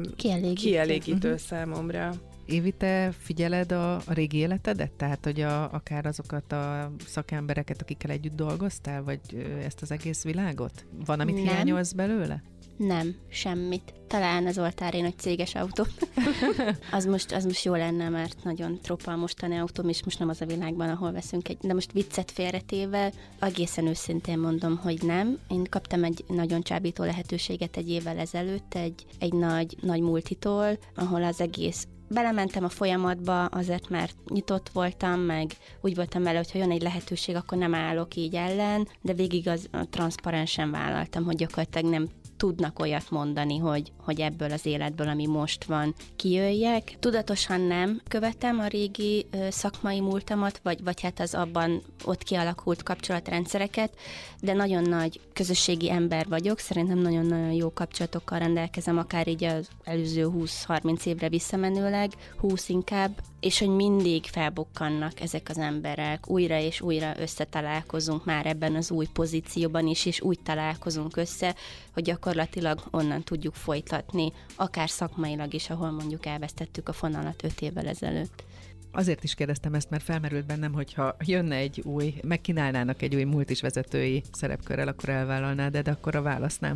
kielégítő számomra. Évi, te figyeled a régi életedet? Tehát, hogy akár azokat a szakembereket, akikkel együtt dolgoztál, vagy ezt az egész világot? Van, amit hiányolsz belőle? Nem, semmit. Talán az oltárén egy céges autó. az most jó lenne, mert nagyon troppa a mostani autóm, és most nem az a világban, ahol veszünk de most viccet félretéve, egészen őszintén mondom, hogy nem. Én kaptam egy nagyon csábító lehetőséget egy évvel ezelőtt, egy nagy multitól, ahol az egész belementem a folyamatba azért, mert nyitott voltam, meg úgy voltam vele, hogy ha jön egy lehetőség, akkor nem állok így ellen, de végig transzparensen vállaltam, hogy gyakorlatilag nem tudnak olyat mondani, hogy ebből az életből, ami most van, kijöjjek. Tudatosan nem követem a régi szakmai múltamat, vagy hát az abban ott kialakult kapcsolatrendszereket, de nagyon nagy közösségi ember vagyok, szerintem nagyon-nagyon jó kapcsolatokkal rendelkezem, akár így az előző 20-30 évre visszamenőleg, 20 inkább, és hogy mindig felbukkannak ezek az emberek, újra és újra összetalálkozunk már ebben az új pozícióban is, és úgy találkozunk össze, hogy gyakorlatilag onnan tudjuk folytatni, akár szakmailag is, ahol mondjuk elvesztettük a fonalat 5 évvel ezelőtt. Azért is kérdeztem ezt, mert felmerült bennem, hogyha jönne megkínálnának egy új multis vezetői szerepkörrel, akkor elvállalnád, de akkor a válasz nem.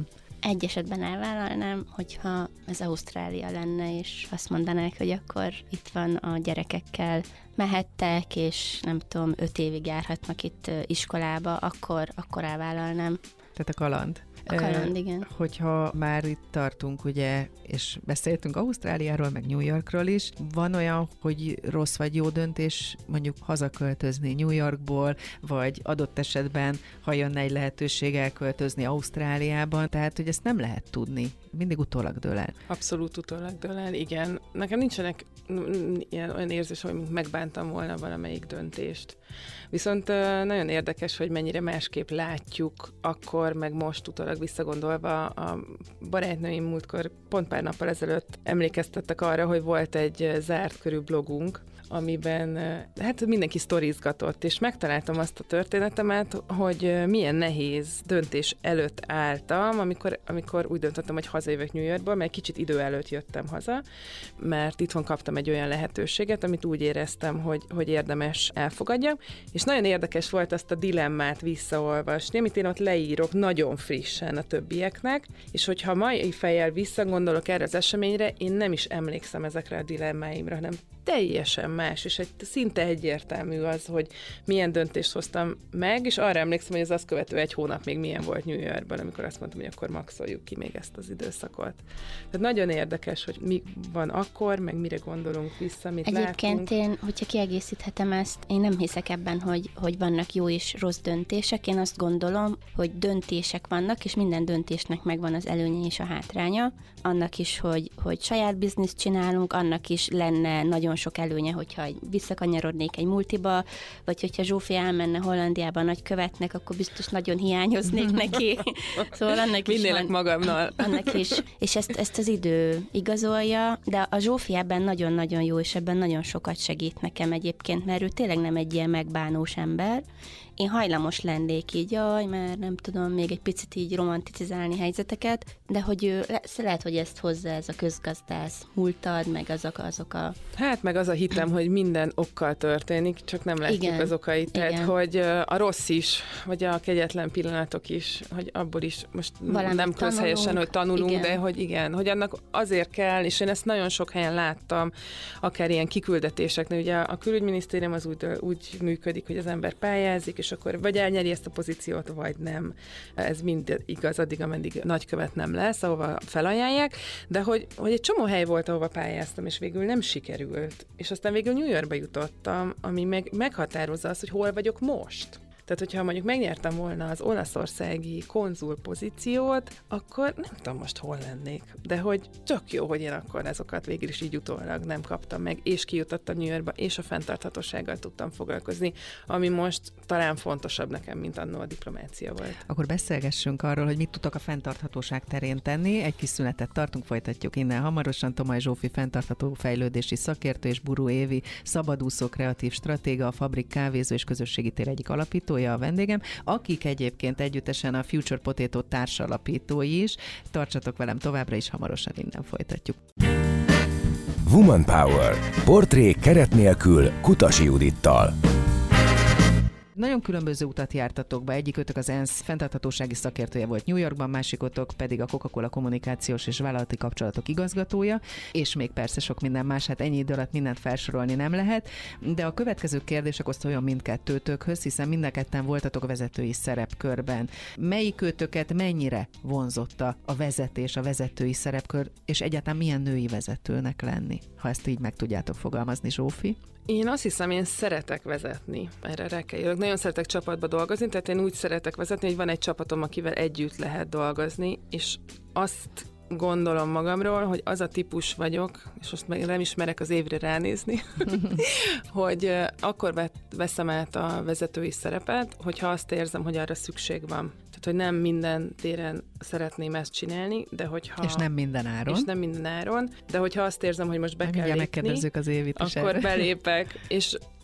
egy esetben elvállalnám, hogyha ez Ausztrália lenne, és azt mondanák, hogy akkor itt van a gyerekekkel, mehettek, és nem tudom, 5 évig járhatnak itt iskolába, akkor elvállalnám. Tehát a kaland. A kaland, igen. Hogyha már itt tartunk, ugye, és beszéltünk Ausztráliáról, meg New Yorkról is, van olyan, hogy rossz vagy jó döntés mondjuk hazaköltözni New Yorkból, vagy adott esetben, ha jönne egy lehetőség elköltözni Ausztráliában, tehát, hogy ezt nem lehet tudni. Mindig utólag dől el. Abszolút utólag dől el, igen. Nekem nincsenek olyan érzés, hogy megbántam volna valamelyik döntést. Viszont nagyon érdekes, hogy mennyire másképp látjuk akkor, meg most utólag visszagondolva. A barátnőim múltkor pont pár nappal ezelőtt emlékeztettek arra, hogy volt egy zárt körű blogunk, amiben hát mindenki sztorizgatott, és megtaláltam azt a történetemet, hogy milyen nehéz döntés előtt álltam, amikor úgy döntöttem, hogy hazajövök New Yorkból, mert kicsit idő előtt jöttem haza, mert itthon kaptam egy olyan lehetőséget, amit úgy éreztem, hogy érdemes elfogadjam, és nagyon érdekes volt azt a dilemmát visszaolvasni, amit én ott leírok nagyon frissen a többieknek, és hogyha mai fejjel visszagondolok erre az eseményre, én nem is emlékszem ezekre a dilemmáimra, hanem teljesen más, és szinte egyértelmű az, hogy milyen döntést hoztam meg, és arra emlékszem, hogy az azt követő 1 hónap még milyen volt New Yorkban, amikor azt mondtam, hogy akkor maxoljuk ki még ezt az időszakot. Tehát nagyon érdekes, hogy mi van akkor, meg mire gondolunk vissza, mit Egyébként látunk. én, hogyha kiegészíthetem ezt, én nem hiszek ebben, hogy vannak jó és rossz döntések. Én azt gondolom, hogy döntések vannak, és minden döntésnek megvan az előnye és a hátránya. Annak is, hogy saját bizniszt csinálunk, annak is lenne nagyon sok előnye, hogyha visszakanyarodnék egy multiba, vagy hogyha Zsófi elmenne Hollandiába nagykövetnek, akkor biztos nagyon hiányoznék neki. Szóval annak is Minnélek magamnal. Annak is. És ezt az idő igazolja, de a Zsófi ebben nagyon-nagyon jó, és ebben nagyon sokat segít nekem egyébként, mert ő tényleg nem egy ilyen megbánós ember. Én hajlamos lennék így, mert nem tudom, még egy picit így romanticizálni helyzeteket, de hogy ő lehet, hogy ezt hozza ez a közgazdász múltad, meg azok a... Hát meg az a hitem, hogy minden okkal történik, csak nem látjuk Igen, az okait. Tehát, igen. hogy a rossz is, vagy a kegyetlen pillanatok is, hogy abból is most Valamit nem közhelyesen, hogy tanulunk, igen. de hogy igen, hogy annak azért kell, és én ezt nagyon sok helyen láttam, akár ilyen kiküldetéseknél. Ugye a külügyminisztérium az úgy működik, hogy az ember pályázik, és akkor vagy elnyeri ezt a pozíciót, vagy nem. Ez mind igaz, addig, ameddig nagykövet nem lesz, ahova felajánlják, de hogy egy csomó hely volt, ahova pályáztam, és végül nem sikerült. És aztán végül New Yorkba jutottam, ami meghatározza azt, hogy hol vagyok most. Tehát, hogyha mondjuk megnyertem volna az olaszországi konzul pozíciót, akkor nem tudom most hol lennék. De hogy tök jó, hogy én akkor azokat végül is így utólag nem kaptam meg, és kijutottam New Yorkba, és a fenntarthatósággal tudtam foglalkozni, ami most talán fontosabb nekem, mint annó a diplomácia volt. Akkor beszélgessünk arról, hogy mit tudtok a fenntarthatóság terén tenni. Egy kis szünetet tartunk, folytatjuk innen hamarosan. Tomaj Zsófi fenntartható fejlődési szakértő és Buru Évi szabadúszó kreatív stratéga, a Fabrik kávézó és közösségi tér egyik alapítója a vendégem, akik egyébként együttesen a Future Potato társalapítói is. Tartsatok velem továbbra is, hamarosan innen folytatjuk. Woman Power. Portrék keret nélkül Kutasi Judittal. Nagyon különböző utat jártatok be, egyikőtök az ENSZ fenntarthatósági szakértője volt New Yorkban, másikotok pedig a Coca-Cola kommunikációs és vállalati kapcsolatok igazgatója, és még persze sok minden más, hát ennyi idő alatt mindent felsorolni nem lehet, de a következő kérdések osztoljon mindkettőtökhöz, hiszen mind a ketten voltatok vezetői szerepkörben. Melyikőtöket mennyire vonzotta a vezetés, a vezetői szerepkör, és egyáltalán milyen női vezetőnek lenni? Ha ezt így meg tudjátok fogalmazni, Zsófi. Én azt hiszem, én szeretek vezetni. Erre rá kell jövök. Nagyon szeretek csapatba dolgozni, tehát én úgy szeretek vezetni, hogy van egy csapatom, akivel együtt lehet dolgozni, és azt gondolom magamról, hogy az a típus vagyok, és most meg nem ismerek az évre ránézni, hogy akkor veszem át a vezetői szerepet, hogyha azt érzem, hogy arra szükség van. Tehát, hogy nem minden téren szeretném ezt csinálni, de hogyha... És nem minden áron. És nem minden áron, de hogyha azt érzem, hogy most be kell lépni, megkérdezzük az Évit is akkor erre. belépek, és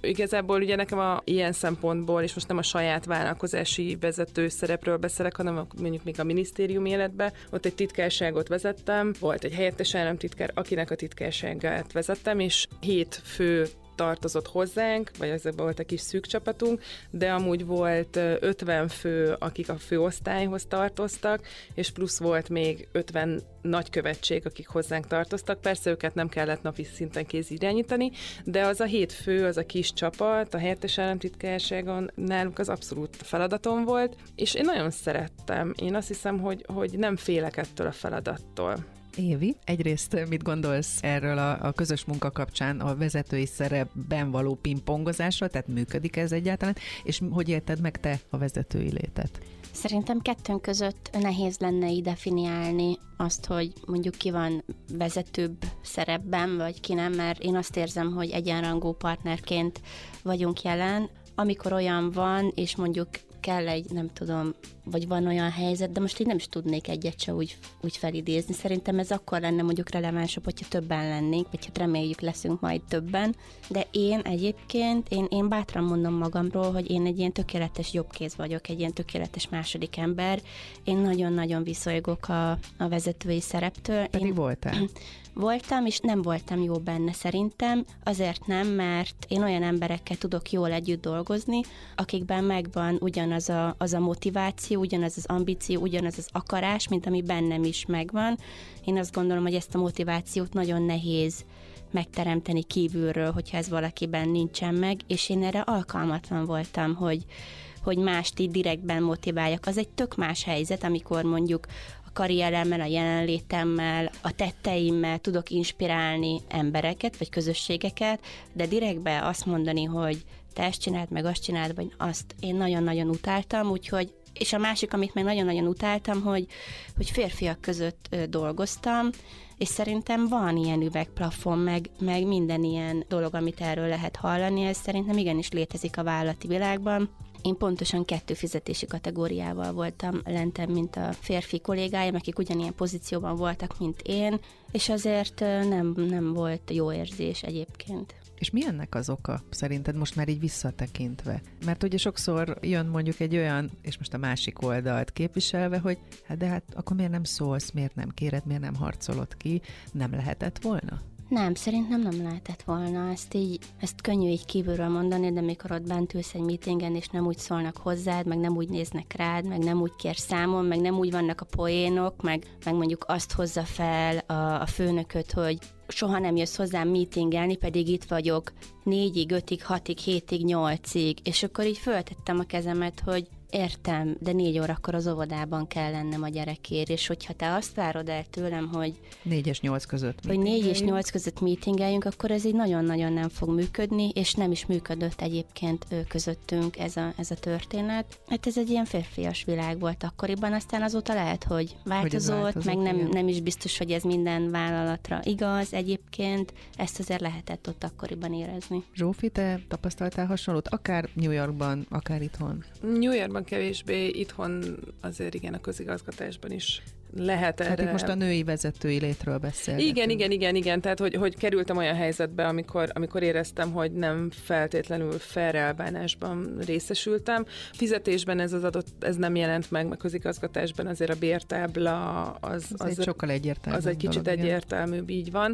Igazából ugye nekem ilyen szempontból, és most nem a saját vállalkozási vezető szerepről beszélek, hanem mondjuk még a minisztérium életben, ott egy titkárságot vezettem, volt egy helyettes államtitkár, akinek a titkárságát vezettem, és 7 fő tartozott hozzánk, vagy ezekben volt egy kis szűk csapatunk, de amúgy volt 50 fő, akik a főosztályhoz tartoztak, és plusz volt még 50 nagykövetség, akik hozzánk tartoztak. Persze őket nem kellett napi szinten irányítani, de az a 7 fő, az a kis csapat, a helyettes államtitkárságon náluk az abszolút feladatom volt, és én nagyon szerettem. Én azt hiszem, hogy nem félek ettől a feladattól. Évi, egyrészt mit gondolsz erről a közös munka kapcsán a vezetői szerepben való pingpongozásról, tehát működik ez egyáltalán, és hogy élted meg te a vezetői létet? Szerintem kettőnk között nehéz lenne így definiálni azt, hogy mondjuk ki van vezetőbb szerepben, vagy ki nem, mert én azt érzem, hogy egyenrangú partnerként vagyunk jelen, amikor olyan van, és mondjuk kell egy, nem tudom, vagy van olyan helyzet, de most így nem is tudnék egyet se úgy felidézni. Szerintem ez akkor lenne mondjuk relevánsabb, hogyha többen lennénk, vagy hát reméljük leszünk majd többen. De én egyébként, én bátran mondom magamról, hogy én egy ilyen tökéletes jobbkéz vagyok, egy ilyen tökéletes második ember. Én nagyon-nagyon viszolygok a vezetői szereptől. Pedig voltál? Voltam, és nem voltam jó benne szerintem. Azért nem, mert én olyan emberekkel tudok jól együtt dolgozni, akikben megvan ugyanaz a motiváció, ugyanaz az ambíció, ugyanaz az akarás, mint ami bennem is megvan. Én azt gondolom, hogy ezt a motivációt nagyon nehéz megteremteni kívülről, hogyha ez valakiben nincsen meg, és én erre alkalmatlan voltam, hogy mást így direktben motiváljak. Az egy tök más helyzet, amikor mondjuk karrieremmel, a jelenlétemmel, a tetteimmel tudok inspirálni embereket, vagy közösségeket, de direktbe azt mondani, hogy te ezt csináld, meg azt csináld, vagy azt én nagyon-nagyon utáltam, úgyhogy, és a másik, amit meg nagyon-nagyon utáltam, hogy férfiak között dolgoztam, és szerintem van ilyen üvegplafon, meg minden ilyen dolog, amit erről lehet hallani, ez szerintem igenis létezik a vállalati világban. Én pontosan 2 fizetési kategóriával voltam lentebb, mint a férfi kollégáim, akik ugyanilyen pozícióban voltak, mint én, és azért nem volt jó érzés egyébként. És mi ennek az oka, szerinted most már így visszatekintve? Mert ugye sokszor jön mondjuk egy olyan, és most a másik oldalt képviselve, hogy hát akkor miért nem szólsz, miért nem kéred, miért nem harcolod ki, nem lehetett volna? Nem, szerintem nem lehetett volna. Ezt könnyű így kívülről mondani, de mikor ott bent ülsz egy meetingen, és nem úgy szólnak hozzád, meg nem úgy néznek rád, meg nem úgy kér számon, meg nem úgy vannak a poénok, meg mondjuk azt hozza fel a főnököt, hogy soha nem jössz hozzám meetingelni, pedig itt vagyok 4-ig, 5-ig, 6-ig, 7-ig, 8-ig, és akkor így föltettem a kezemet, hogy értem, de 4 órakor az óvodában kell lennem a gyerekért, és hogyha te azt várod el tőlem, hogy 4 és 8 között hogy 4 és 8 között meetingeljünk, akkor ez így nagyon-nagyon nem fog működni, és nem is működött egyébként közöttünk ez a történet. Hát ez egy ilyen férfias világ volt akkoriban, aztán azóta lehet, hogy változott, meg nem is biztos, hogy ez minden vállalatra igaz egyébként, ezt azért lehetett ott akkoriban érezni. Zsófi, te tapasztaltál hasonlót? Akár New Yorkban, akár itthon? New Yorkban kevésbé, itthon azért igen, a közigazgatásban is lehet erre. Hát itt most a női vezetői létről beszélgetünk. Igen, tehát hogy kerültem olyan helyzetbe, amikor éreztem, hogy nem feltétlenül fair elbánásban részesültem. Fizetésben ez nem jelent meg, a közigazgatásban azért a bértábla az sokkal egyértelműbb. Az egy kicsit egyértelműbb, így van,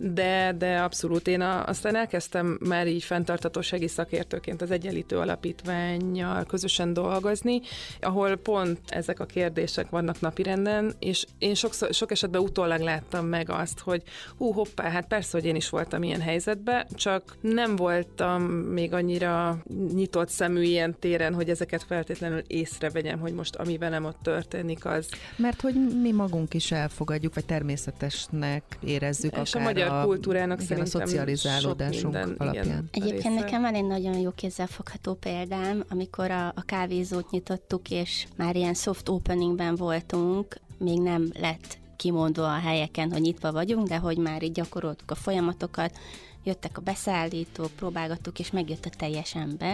de abszolút. Én aztán elkezdtem már így fenntarthatósági szakértőként az Egyenlítő Alapítvánnyal közösen dolgozni, ahol pont ezek a kérdések vannak napirenden, és én sok esetben utólag láttam meg azt, hogy hoppá, hát persze, hogy én is voltam ilyen helyzetben, csak nem voltam még annyira nyitott szemű ilyen téren, hogy ezeket feltétlenül észrevegyem, hogy most ami velem ott történik, az... Mert hogy mi magunk is elfogadjuk, vagy természetesnek érezzük, és akár a magyar kultúrának szerintem a szocializálódásunk alapján. Igen, egyébként nekem van egy nagyon jó kézzelfogható példám, amikor a kávézót nyitottuk, és már ilyen soft openingben voltunk, még nem lett kimondva a helyeken, hogy nyitva vagyunk, de hogy már így gyakoroltuk a folyamatokat, jöttek a beszállítók, próbálgattuk, és megjött a teljes ember,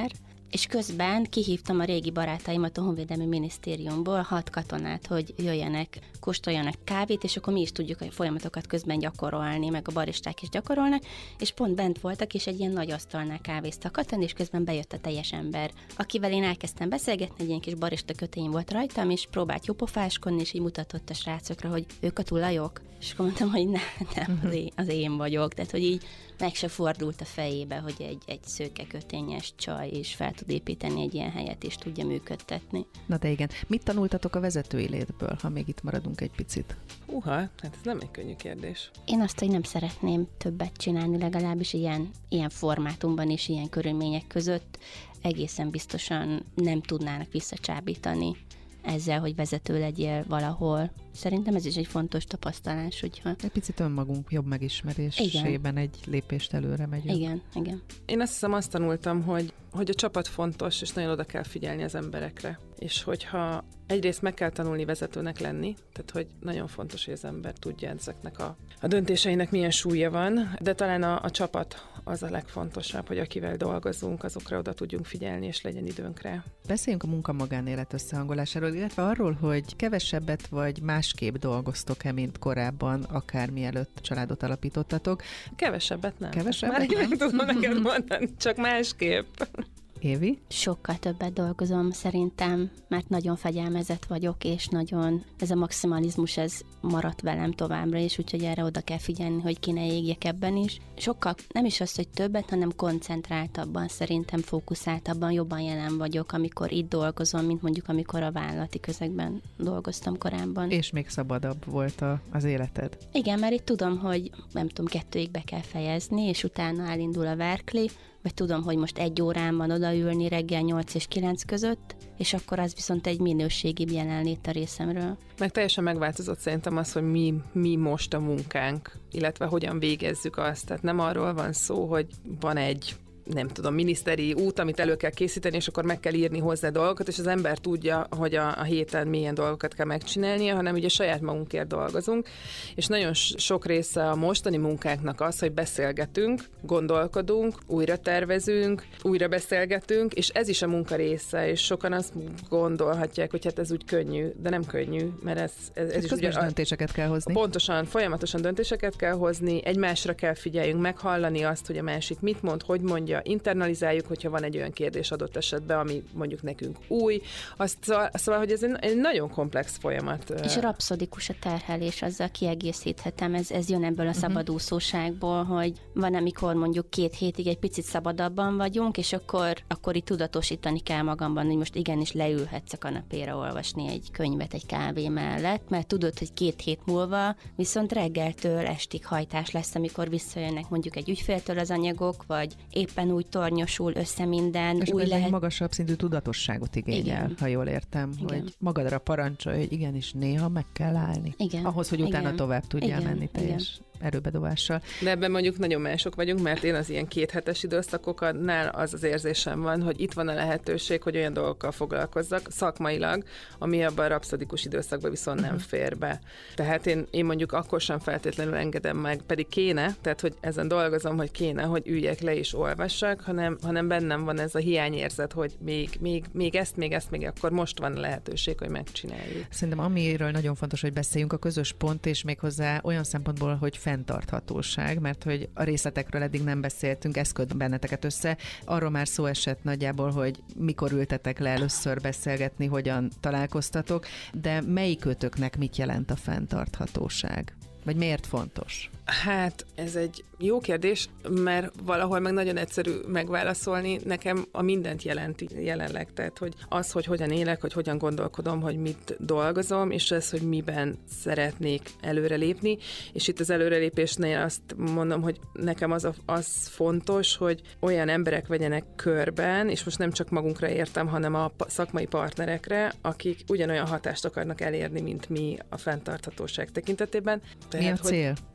és közben kihívtam a régi barátaimat a Honvédelmi Minisztériumból, 6 katonát, hogy jöjjenek, kóstoljanak kávét, és akkor mi is tudjuk a folyamatokat közben gyakorolni, meg a baristák is gyakorolnak, és pont bent voltak, és egy ilyen nagy asztalnál kávéztak a katona, és közben bejött a teljes ember, akivel én elkezdtem beszélgetni, egy ilyen kis barista kötény volt rajtam, és próbált jópofáskodni, és így mutatott a srácokra, hogy ők a tulajok. És akkor mondtam, hogy nem, az én vagyok. Tehát, hogy így meg se fordult a fejébe, hogy egy szőke kötényes csaj is fel tud építeni egy ilyen helyet, és tudja működtetni. Na de igen. Mit tanultatok a vezetői létből, ha még itt maradunk egy picit? Hát ez nem egy könnyű kérdés. Én azt, hogy nem szeretném többet csinálni, legalábbis ilyen formátumban és ilyen körülmények között egészen biztosan nem tudnának visszacsábítani ezzel, hogy vezető legyél valahol. Szerintem ez is egy fontos tapasztalás, hogyha... Egy picit önmagunk jobb megismerésében egy lépést előre megyünk. Igen. Én azt hiszem, azt tanultam, hogy a csapat fontos, és nagyon oda kell figyelni az emberekre. És hogyha egyrészt meg kell tanulni vezetőnek lenni, tehát hogy nagyon fontos, hogy az ember tudja ezeknek a döntéseinek milyen súlya van, de talán a csapat az a legfontosabb, hogy akivel dolgozunk, azokra oda tudjunk figyelni, és legyen időnk rá. Beszéljünk a munka-magánélet összehangolásáról, illetve arról, hogy kevesebbet vagy másképp dolgoztok-e, mint korábban, akár mielőtt családot alapítottatok. Kevesebbet nem. Kevesebbet nem? Már tudom neked mondani, csak másképp. Évi? Sokkal többet dolgozom szerintem, mert nagyon fegyelmezett vagyok, és nagyon ez a maximalizmus, ez maradt velem továbbra is, úgyhogy erre oda kell figyelni, hogy ki ne égjek ebben is. Sokkal nem is az, hogy többet, hanem koncentráltabban, szerintem fókuszáltabban jobban jelen vagyok, amikor itt dolgozom, mint mondjuk amikor a vállalati közegben dolgoztam korábban. És még szabadabb volt az életed. Igen, mert itt tudom, hogy nem tudom, 2-ig be kell fejezni, és utána elindul a Verkli, vagy tudom, hogy most 1 órán van odaülni reggel 8 és 9 között, és akkor az viszont egy minőségibb jelenlét a részemről. Meg teljesen megváltozott szerintem az, hogy mi most a munkánk, illetve hogyan végezzük azt. Tehát nem arról van szó, hogy van egy nem tudom, miniszteri út, amit elő kell készíteni, és akkor meg kell írni hozzá dolgokat, és az ember tudja, hogy a héten milyen dolgokat kell megcsinálnia, hanem ugye saját magunkért dolgozunk, és nagyon sok része a mostani munkánknak az, hogy beszélgetünk, gondolkodunk, újra tervezünk, újra beszélgetünk, és ez is a munka része, és sokan azt gondolhatják, hogy hát ez úgy könnyű, de nem könnyű, mert ez is ugye... döntéseket kell hozni. Pontosan, folyamatosan döntéseket kell hozni, egymásra kell figyeljünk, meghallani azt, hogy a másik mit mond, hogy mondja, internalizáljuk, hogyha van egy olyan kérdés adott esetben, ami mondjuk nekünk új. Szóval, hogy ez egy nagyon komplex folyamat. És rapszodikus a terhelés, azzal kiegészíthetem, ez jön ebből a szabadúszóságból, hogy van, amikor mondjuk 2 hétig egy picit szabadabban vagyunk, és akkor itt tudatosítani kell magamban, hogy most igenis leülhetsz a kanapéra olvasni egy könyvet egy kávé mellett, mert tudod, hogy 2 hét múlva viszont reggeltől estig hajtás lesz, amikor visszajönnek mondjuk egy ügyféltől az anyagok, vagy éppen úgy tornyosul össze minden. És ez egy magasabb szintű tudatosságot igényel, igen, ha jól értem, igen, hogy magadra parancsolj, hogy igenis néha meg kell állni. Igen. Ahhoz, hogy utána igen, tovább tudjál menni teljes igen, erőbedobással. De ebben mondjuk nagyon mások vagyunk, mert én az ilyen 2 hetes időszakoknál az érzésem van, hogy itt van a lehetőség, hogy olyan dolgokkal foglalkozzak szakmailag, ami abban a rapszodikus időszakban viszont nem fér be. Tehát én mondjuk akkor sem feltétlenül engedem meg, pedig kéne, tehát hogy ezen dolgozom, hogy kéne, hogy üljek le és olvassak, hanem bennem van ez a hiányérzet, hogy még ezt, akkor most van a lehetőség, hogy megcsináljuk. Szerintem amiről nagyon fontos, hogy beszéljünk, a közös pont, és méghozzá olyan szempontból, hogy fenntarthatóság, mert hogy a részletekről eddig nem beszéltünk, ez köt benneteket össze. Arról már szó esett nagyjából, hogy mikor ültetek le először beszélgetni, hogyan találkoztatok, de melyikőtöknek mit jelent a fenntarthatóság? Vagy miért fontos? Hát ez egy jó kérdés, mert valahol meg nagyon egyszerű megválaszolni. Nekem a mindent jelenti jelenleg, tehát hogy az, hogy hogyan élek, hogy hogyan gondolkodom, hogy mit dolgozom, és ez, hogy miben szeretnék előrelépni. És itt az előrelépésnél azt mondom, hogy nekem az fontos, hogy olyan emberek vegyenek körben, és most nem csak magunkra értem, hanem a szakmai partnerekre, akik ugyanolyan hatást akarnak elérni, mint mi a fenntarthatóság tekintetében. Tehát, mi a cél? Mi a cél?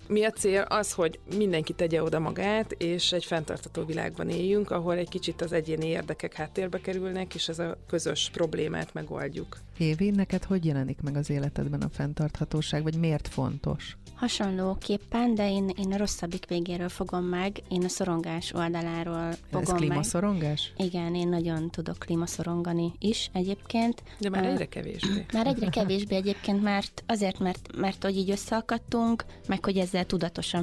cél az, hogy mindenki tegye oda magát, és egy fenntartható világban éljünk, ahol egy kicsit az egyéni érdekek háttérbe kerülnek, és ez a közös problémát megoldjuk. Évi, neked hogy jelenik meg az életedben a fenntarthatóság, vagy miért fontos? Hasonlóképpen, de én a rosszabbik végéről fogom meg, én a szorongás oldaláról fogom Ez meg. klímaszorongás? Igen, én nagyon tudok klímaszorongani is egyébként. De már egyre kevésbé. Már egyre kevésbé egyébként, mert hogy így összeakadtunk, meg hogy ezzel tudatosan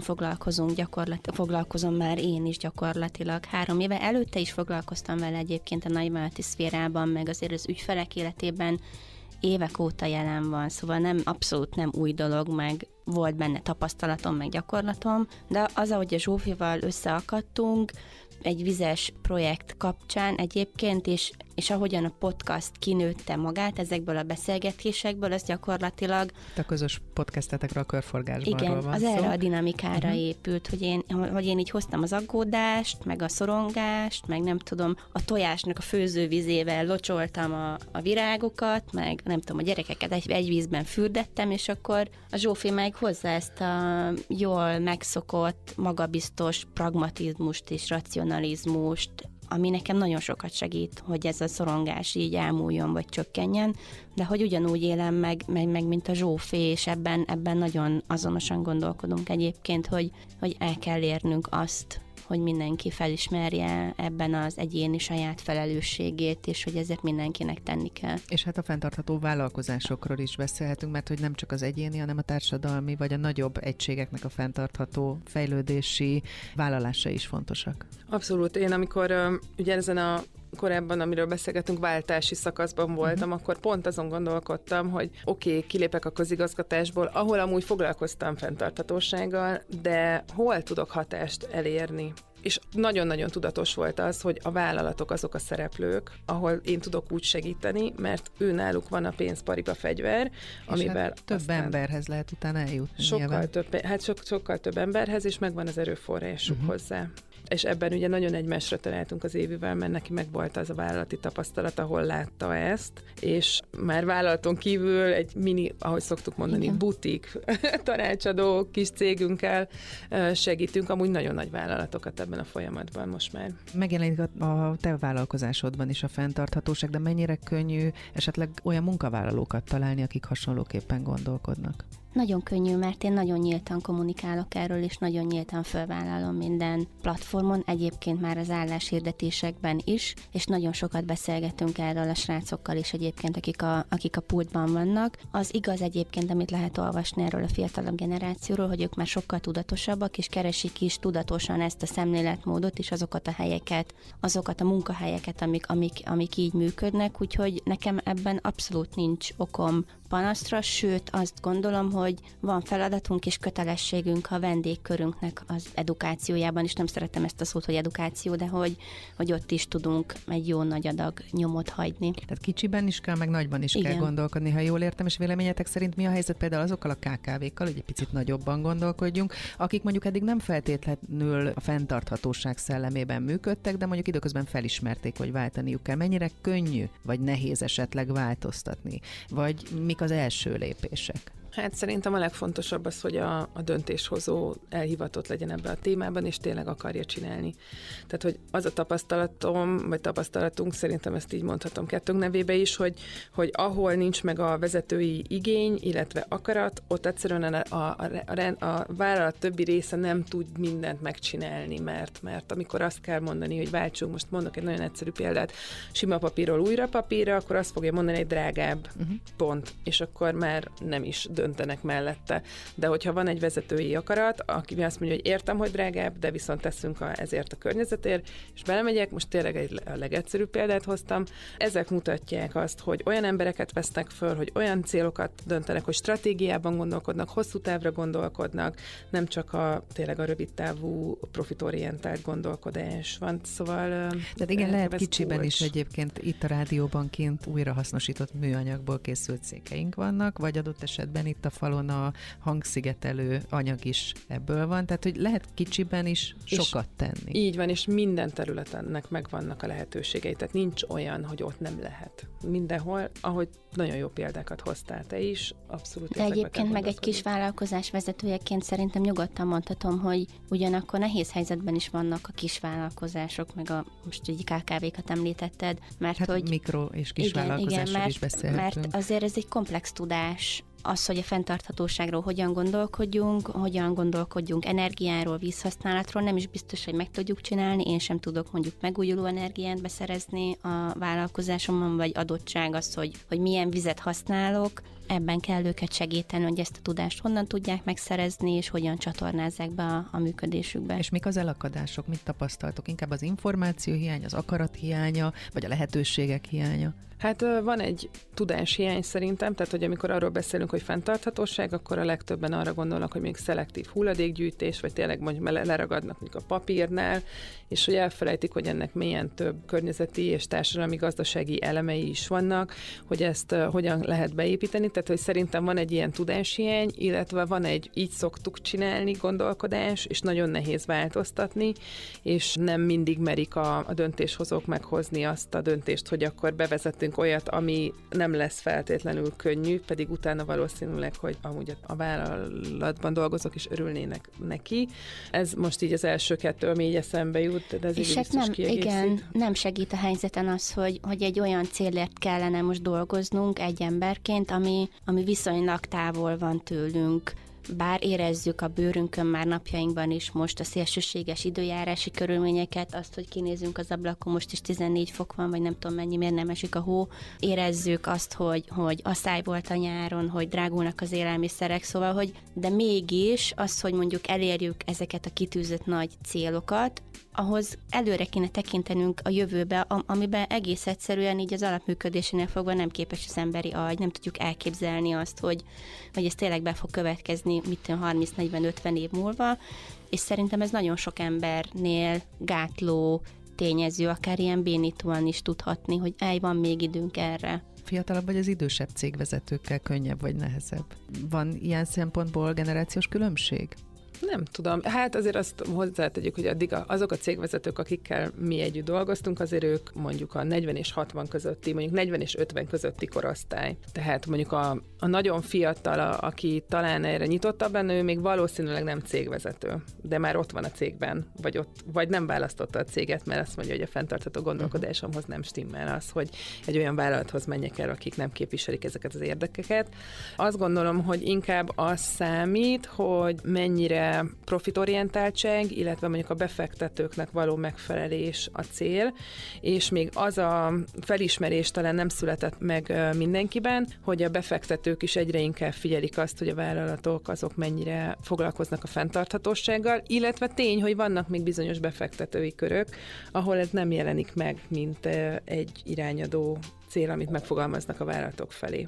foglalkozom már én is gyakorlatilag 3 éve. Előtte is foglalkoztam vele egyébként a nagyvállalati szférában, meg azért az ügyfelek életében évek óta jelen van, szóval abszolút nem új dolog, meg volt benne tapasztalatom, meg gyakorlatom, de az, ahogy a Zsófival összeakadtunk, egy vizes projekt kapcsán egyébként, és ahogyan a podcast kinőtte magát ezekből a beszélgetésekből, az gyakorlatilag... A közös podcastetekről a körforgásban igen, van az szó. erre a dinamikára épült, hogy én így hoztam az aggódást, meg a szorongást, meg nem tudom, a tojásnak a főzővizével locsoltam a virágokat, meg nem tudom, a gyerekeket egy vízben fürdettem, és akkor a Zsófi meg hozzá ezt a jól megszokott, magabiztos pragmatizmust és racionalizmust, ami nekem nagyon sokat segít, hogy ez a szorongás így elmúljon, vagy csökkenjen, de hogy ugyanúgy élem meg mint a Zsófi, és ebben nagyon azonosan gondolkodunk egyébként, hogy el kell érnünk azt, hogy mindenki felismerje ebben az egyéni saját felelősségét, és hogy ezért mindenkinek tenni kell. És hát a fenntartható vállalkozásokról is beszélhetünk, mert hogy nem csak az egyéni, hanem a társadalmi, vagy a nagyobb egységeknek a fenntartható fejlődési vállalásai is fontosak. Abszolút. Én amikor ugye ezen a korábban, amiről beszélgetünk, váltási szakaszban voltam, akkor pont azon gondolkodtam, hogy oké, kilépek a közigazgatásból, ahol amúgy foglalkoztam fenntarthatósággal, de hol tudok hatást elérni? És nagyon-nagyon tudatos volt az, hogy a vállalatok azok a szereplők, ahol én tudok úgy segíteni, mert ő náluk van a pénzparipa fegyver, amivel hát több emberhez lehet utána eljutni. Sokkal több emberhez, és megvan az erőforrásuk hozzá. És ebben ugye nagyon egymásra találtunk az Évivel, mert neki megvolt az a vállalati tapasztalat, ahol látta ezt, és már vállalaton kívül egy mini, ahogy szoktuk mondani, butik tanácsadó kis cégünkkel segítünk, amúgy nagyon nagy vállalatokat ebben a folyamatban most már. Megjelenik a te vállalkozásodban is a fenntarthatóság, de mennyire könnyű esetleg olyan munkavállalókat találni, akik hasonlóképpen gondolkodnak? Nagyon könnyű, mert én nagyon nyíltan kommunikálok erről, és nagyon nyíltan felvállalom minden platformon, egyébként már az álláshirdetésekben is, és nagyon sokat beszélgetünk erről a srácokkal is egyébként, akik a pultban vannak. Az igaz egyébként, amit lehet olvasni erről a fiatalabb generációról, hogy ők már sokkal tudatosabbak, és keresik is tudatosan ezt a szemléletmódot, és azokat a helyeket, azokat a munkahelyeket, amik így működnek, úgyhogy nekem ebben abszolút nincs okom panaszra, sőt azt gondolom, hogy van feladatunk és kötelességünk a vendégkörünknek az edukációjában, és nem szeretem ezt a szót, hogy edukáció, de hogy ott is tudunk egy jó nagy adag nyomot hagyni. Tehát kicsiben is kell, meg nagyban is kell gondolkodni, ha jól értem, és véleményetek szerint mi a helyzet például azokkal a KKV-kkal, hogy egy picit nagyobban gondolkodjunk, akik mondjuk eddig nem feltétlenül a fenntarthatóság szellemében működtek, de mondjuk időközben felismerték, hogy váltaniuk kell. Mennyire könnyű, vagy nehéz esetleg változtatni? Vagy mik az első lépések? Hát szerintem a legfontosabb az, hogy a döntéshozó elhivatott legyen ebbe a témában, és tényleg akarja csinálni. Tehát, hogy az a tapasztalatunk, szerintem ezt így mondhatom kettőnk nevébe is, hogy ahol nincs meg a vezetői igény, illetve akarat, ott egyszerűen a vállalat többi része nem tud mindent megcsinálni, mert amikor azt kell mondani, hogy váltsunk, most mondok egy nagyon egyszerű példát, sima papírról újra papírra, akkor azt fogja mondani, hogy drágább, pont. És akkor már nem is döntenek mellette. De hogyha van egy vezetői akarat, aki azt mondja, hogy értem, hogy drágább, de viszont teszünk ezért a környezetért, és belemegyek, most tényleg a legegyszerűbb példát hoztam, ezek mutatják azt, hogy olyan embereket vesznek föl, hogy olyan célokat döntenek, hogy stratégiában gondolkodnak, hosszú távra gondolkodnak, nem csak tényleg a rövid távú profitorientált gondolkodás van, szóval... Tehát igen, lehet kicsiben is egyébként itt a rádióban kint újrahasznosított műanyagból készült székeink vannak, vagy adott esetben itt a falon a hangszigetelő anyag is ebből van, tehát hogy lehet kicsiben is sokat tenni. Így van, és minden területennek megvannak a lehetőségei, tehát nincs olyan, hogy ott nem lehet. Mindenhol, ahogy nagyon jó példákat hoztál te is, abszolút. De egyébként meg egy kis vállalkozás vezetőjeként szerintem nyugodtan mondhatom, hogy ugyanakkor nehéz helyzetben is vannak a kis vállalkozások, meg most így KKV-kat említetted, mert hát hogy... mikro és kis vállalkozásról is beszélhetünk. Mert azért ez egy komplex tudás, az, hogy a fenntarthatóságról hogyan gondolkodjunk energiáról, vízhasználatról, nem is biztos, hogy meg tudjuk csinálni, én sem tudok mondjuk megújuló energiát beszerezni a vállalkozásomon, vagy adottság az, hogy milyen vizet használok, ebben kell őket segíteni, hogy ezt a tudást honnan tudják megszerezni, és hogyan csatornázzák be a működésükbe. És mik az elakadások, mit tapasztaltok? Inkább az információ hiány, az akarat hiánya, vagy a lehetőségek hiánya? Hát van egy tudáshiány szerintem, tehát hogy amikor arról beszélünk, hogy fenntarthatóság, akkor a legtöbben arra gondolnak, hogy még szelektív hulladékgyűjtés, vagy tényleg mondjuk leragadnak mondjuk a papírnál, és hogy elfelejtik, hogy ennek milyen több környezeti és társadalmi gazdasági elemei is vannak, hogy ezt hogyan lehet beépíteni, tehát hogy szerintem van egy ilyen tudáshiány, illetve van egy így szoktuk csinálni gondolkodás, és nagyon nehéz változtatni, és nem mindig merik a döntéshozók meghozni azt a döntést, hogy akkor bevezetünk olyat, ami nem lesz feltétlenül könnyű, pedig utána valószínűleg, hogy amúgy a vállalatban dolgozók is örülnének neki. Ez most így az első kettő, ami így eszembe jut, de ez és így nem, igen, nem segít a helyzeten az, hogy egy olyan célért kellene most dolgoznunk egy emberként, ami viszonylag távol van tőlünk. Bár érezzük a bőrünkön már napjainkban is most a szélsőséges időjárási körülményeket, azt, hogy kinézünk az ablakon, most is 14 fok van, vagy nem tudom mennyi, miért nem esik a hó. Érezzük azt, hogy asszály volt a nyáron, hogy drágulnak az élelmiszerek, szóval, de mégis az, hogy mondjuk elérjük ezeket a kitűzött nagy célokat, ahhoz előre kéne tekintenünk a jövőbe, amiben egész egyszerűen így az alapműködésénél fogva nem képes az emberi agy, nem tudjuk elképzelni azt, hogy ez tényleg be fog következni 30-40-50 év múlva, és szerintem ez nagyon sok embernél gátló tényező, akár ilyen bénítóan is tudhatni, hogy van még időnk erre. Fiatalabb vagy az idősebb cégvezetőkkel könnyebb vagy nehezebb? Van ilyen szempontból generációs különbség? Nem tudom. Hát azért azt hozzátegyük, hogy addig azok a cégvezetők, akikkel mi együtt dolgoztunk, azért ők mondjuk a 40 és 60 közötti, mondjuk 40 és 50 közötti korosztály. Tehát mondjuk a nagyon fiatal, aki talán erre nyitottabb lenne, ő még valószínűleg nem cégvezető, de már ott van a cégben, vagy nem választotta a céget, mert azt mondja, hogy a fenntartható gondolkodásomhoz nem stimmel az, hogy egy olyan vállalathoz menjek el, akik nem képviselik ezeket az érdekeket. Azt gondolom, hogy inkább az számít, hogy mennyire profitorientáltság, illetve mondjuk a befektetőknek való megfelelés a cél, és még az a felismerés talán nem született meg mindenkiben, hogy a befektetők is egyre inkább figyelik azt, hogy a vállalatok azok mennyire foglalkoznak a fenntarthatósággal, illetve tény, hogy vannak még bizonyos befektetői körök, ahol ez nem jelenik meg, mint egy irányadó cél, amit megfogalmaznak a vállalatok felé.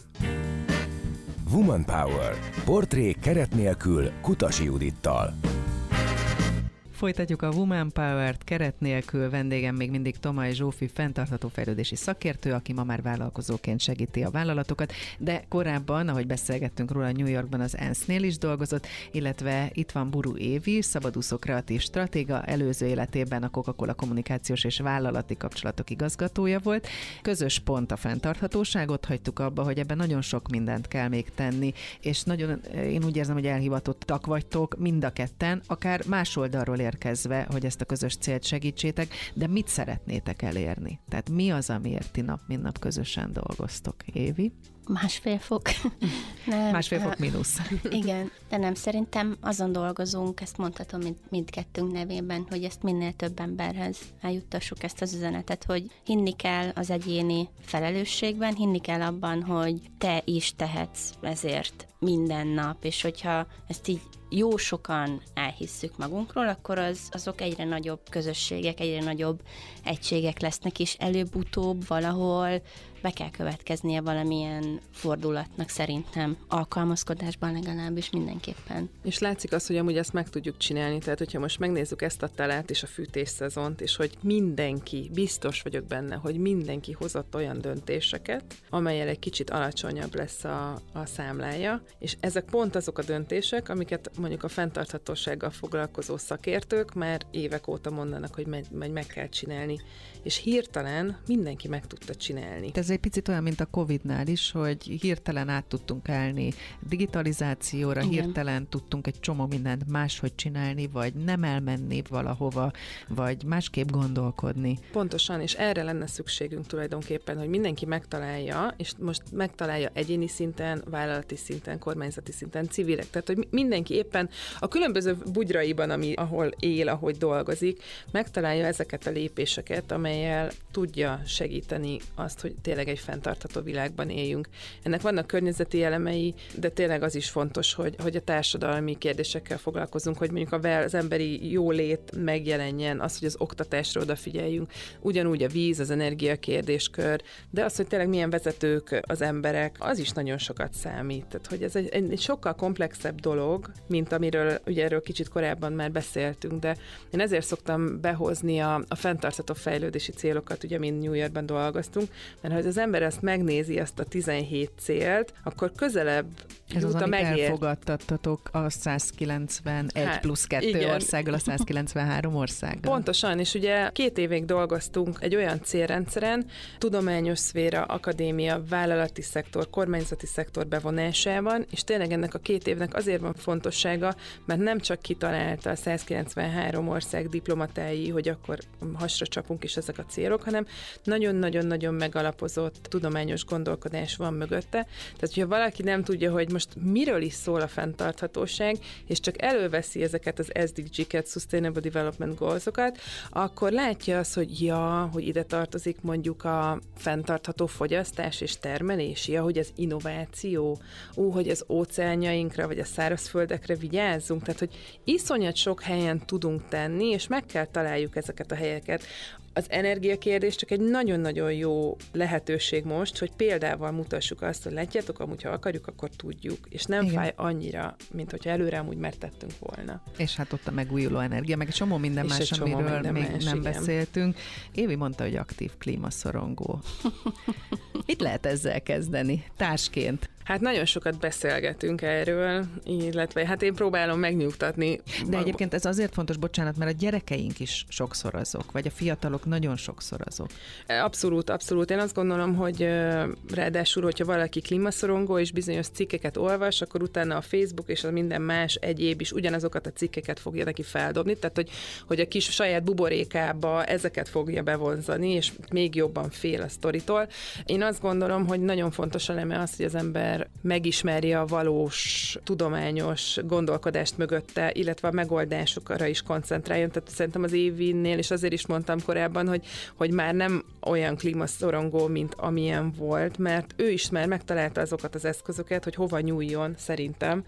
Woman Power. Portré keret nélkül Kutasi Judittal. Folytatjuk a Woman Power-t keret nélkül, vendégem még mindig Tomai Zsófi, fenntartható fejlődési szakértő, aki ma már vállalkozóként segíti a vállalatokat, de korábban, ahogy beszélgettünk róla, New Yorkban az ENSZ-nél is dolgozott, illetve itt van Buru Évi, szabadúszó kreatív stratéga, előző életében a Coca-Cola kommunikációs és vállalati kapcsolatok igazgatója volt. Közös pont a fenntarthatóság, ott hagytuk abba, hogy ebben nagyon sok mindent kell még tenni, és nagyon, én úgy érzem, hogy elhivatottak vagytok mind a ketten, akár más oldalról érkezve, hogy ezt a közös célt segítsétek, de mit szeretnétek elérni? Tehát mi az, amiért ti nap, mint nap közösen dolgoztok? Évi? 1,5 fok. Nem, 1,5 fok mínusz. Igen, de nem, szerintem azon dolgozunk, ezt mondhatom mindkettőnk nevében, hogy ezt minél több emberhez eljuttassuk ezt az üzenetet, hogy hinni kell az egyéni felelősségben, hinni kell abban, hogy te is tehetsz ezért minden nap, és hogyha ezt így jó sokan elhisszük magunkról, akkor azok egyre nagyobb közösségek, egyre nagyobb egységek lesznek, és előbb-utóbb valahol be kell következnie valamilyen fordulatnak szerintem, alkalmazkodásban legalábbis mindenképpen. És látszik az, hogy amúgy ezt meg tudjuk csinálni, tehát hogyha most megnézzük ezt a telát és a fűtésszezont, és hogy mindenki, biztos vagyok benne, hogy mindenki hozott olyan döntéseket, amellyel egy kicsit alacsonyabb lesz a számlája, és ezek pont azok a döntések, amiket mondjuk a fenntarthatósággal foglalkozó szakértők már évek óta mondanak, hogy meg kell csinálni. És hirtelen mindenki meg tudta csinálni. Ez egy picit olyan, mint a Covid-nál is, hogy hirtelen át tudtunk állni digitalizációra, igen. Hirtelen tudtunk egy csomó mindent máshogy csinálni, vagy nem elmenni valahova, vagy másképp gondolkodni. Pontosan, és erre lenne szükségünk tulajdonképpen, hogy mindenki megtalálja, és most megtalálja egyéni szinten, vállalati szinten, kormányzati szinten, civilek. Tehát, hogy mindenki éppen a különböző bugyraiban, ahol él, ahogy dolgozik, megtalálja ezeket a lépéseket, amelyel tudja segíteni azt, hogy tényleg egy fenntartható világban éljünk. Ennek vannak környezeti elemei, de tényleg az is fontos, hogy a társadalmi kérdésekkel foglalkozunk, hogy mondjuk az emberi jólét megjelenjen, az, hogy az oktatásra odafigyeljünk, ugyanúgy a víz, az energia kérdéskör, de az, hogy tényleg milyen vezetők az emberek, az is nagyon sokat számít. Tehát, hogy ez egy sokkal komplexebb dolog, mint amiről ugye erről kicsit korábban már beszéltünk, de én ezért szoktam behozni a fenntartható fejlődési célokat, ugye mind New Yorkban dolgoztunk, mert ha az ember ezt megnézi, azt a 17 célt, akkor közelebb jut a megért. Elfogadtattatok a 191 plusz 2 országgal, a 193 országgal. Pontosan, és ugye 2 évig dolgoztunk egy olyan célrendszeren, tudományos szféra, akadémia, vállalati szektor, kormányzati szektor bevonásában, és tényleg ennek a 2 évnek azért van fontossága, mert nem csak kitalálta a 193 ország diplomatái, hogy akkor hasra csapunk is ezek a célok, hanem nagyon-nagyon-nagyon megalapozott tudományos gondolkodás van mögötte. Tehát, hogyha valaki nem tudja, hogy most miről is szól a fenntarthatóság, és csak előveszi ezeket az SDG-ket, Sustainable Development Goals-okat, akkor látja azt, hogy ide tartozik mondjuk a fenntartható fogyasztás és termelés, hogy az innováció, hogy az óceánjainkra vagy a szárazföldekre vigyázzunk, tehát, hogy iszonyat sok helyen tudunk tenni, és meg kell találjuk ezeket a helyeket. Az energiakérdés csak egy nagyon-nagyon jó lehetőség most, hogy példával mutassuk azt, hogy látjátok, amúgy ha akarjuk, akkor tudjuk, és nem fáj annyira, mint hogyha előre amúgy már tettünk volna. És hát ott a megújuló energia, meg egy csomó minden más, amiről még nem beszéltünk. Évi mondta, hogy aktív klímaszorongó. Mit lehet ezzel kezdeni társként? Hát nagyon sokat beszélgetünk erről, illetve hát én próbálom megnyugtatni. De egyébként ez azért fontos, bocsánat, mert a gyerekeink is sokszor azok, vagy a fiatalok nagyon sokszor azok. Abszolút, abszolút. Én azt gondolom, hogy ráadásul, hogyha valaki klímaszorongó és bizonyos cikkeket olvas, akkor utána a Facebook és a minden más egyéb is ugyanazokat a cikkeket fogja neki feldobni, tehát hogy a kis saját buborékába ezeket fogja bevonzani, és még jobban fél a sztoritól. Én azt gondolom, hogy nagyon fontos eleme az, hogy az ember megismerje a valós tudományos gondolkodást mögötte, illetve a megoldásokra is koncentráljon. Tehát szerintem az Évinnél, és azért is mondtam korábban, hogy már nem olyan klímaszorongó, mint amilyen volt, mert ő is már megtalálta azokat az eszközöket, hogy hova nyúljon, szerintem.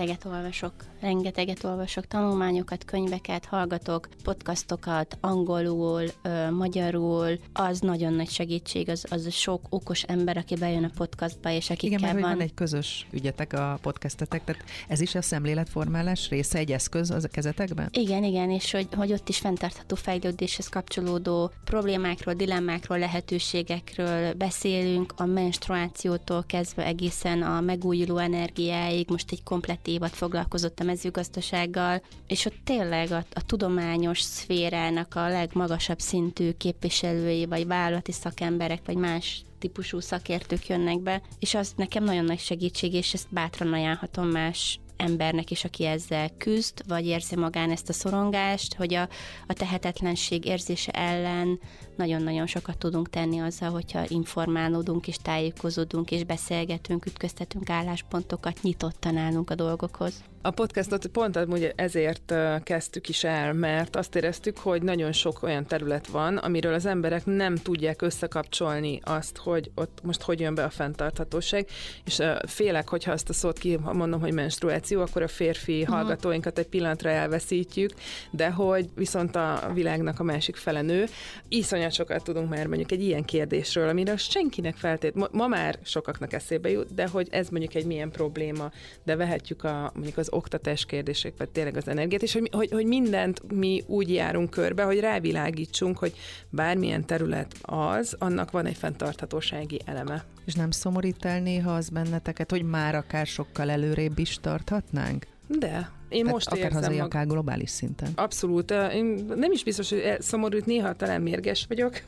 Rengeteget olvasok, tanulmányokat, könyveket, hallgatok, podcastokat, angolul, magyarul, az nagyon nagy segítség, az sok okos ember, aki bejön a podcastba, és akikkel van egy közös ügyetek a podcastetek, tehát ez is a szemléletformálás része, egy eszköz az a kezetekben? Igen, és hogy ott is fenntartható fejlődéshez kapcsolódó problémákról, dilemmákról, lehetőségekről beszélünk, a menstruációtól kezdve egészen a megújuló energiáig, most egy komplett évad foglalkozott a mezőgazdasággal, és ott tényleg a tudományos szférának a legmagasabb szintű képviselői, vagy vállalati szakemberek, vagy más típusú szakértők jönnek be, és az nekem nagyon nagy segítség, és ezt bátran ajánlhatom más embernek is, aki ezzel küzd, vagy érzi magán ezt a szorongást, hogy a tehetetlenség érzése ellen nagyon-nagyon sokat tudunk tenni azzal, hogyha informálódunk, és tájékozódunk, és beszélgetünk, ütköztetünk álláspontokat, nyitottan állunk a dolgokhoz. A podcastot pont amúgy ezért kezdtük is el, mert azt éreztük, hogy nagyon sok olyan terület van, amiről az emberek nem tudják összekapcsolni azt, hogy ott most hogy jön be a fenntarthatóság, és félek, hogyha azt a szót kimondom, hogy menstruáció, akkor a férfi hallgatóinkat egy pillanatra elveszítjük, de hogy viszont a világnak a másik fele nő. Iszonyat sokat tudunk már mondjuk egy ilyen kérdésről, amire senkinek ma már sokaknak eszébe jut, de hogy ez mondjuk egy milyen probléma, de vehetjük mondjuk az oktatás kérdések, vagy tényleg az energiát, és hogy mindent mi úgy járunk körbe, hogy rávilágítsunk, hogy bármilyen terület az, annak van egy fenntarthatósági eleme. És nem szomorít el néha az benneteket, hogy már akár sokkal előrébb is tarthatnánk? De én most akár érzem hazai, akár globális szinten. Abszolút. Én nem is biztos, hogy szomorút, néha talán mérges vagyok,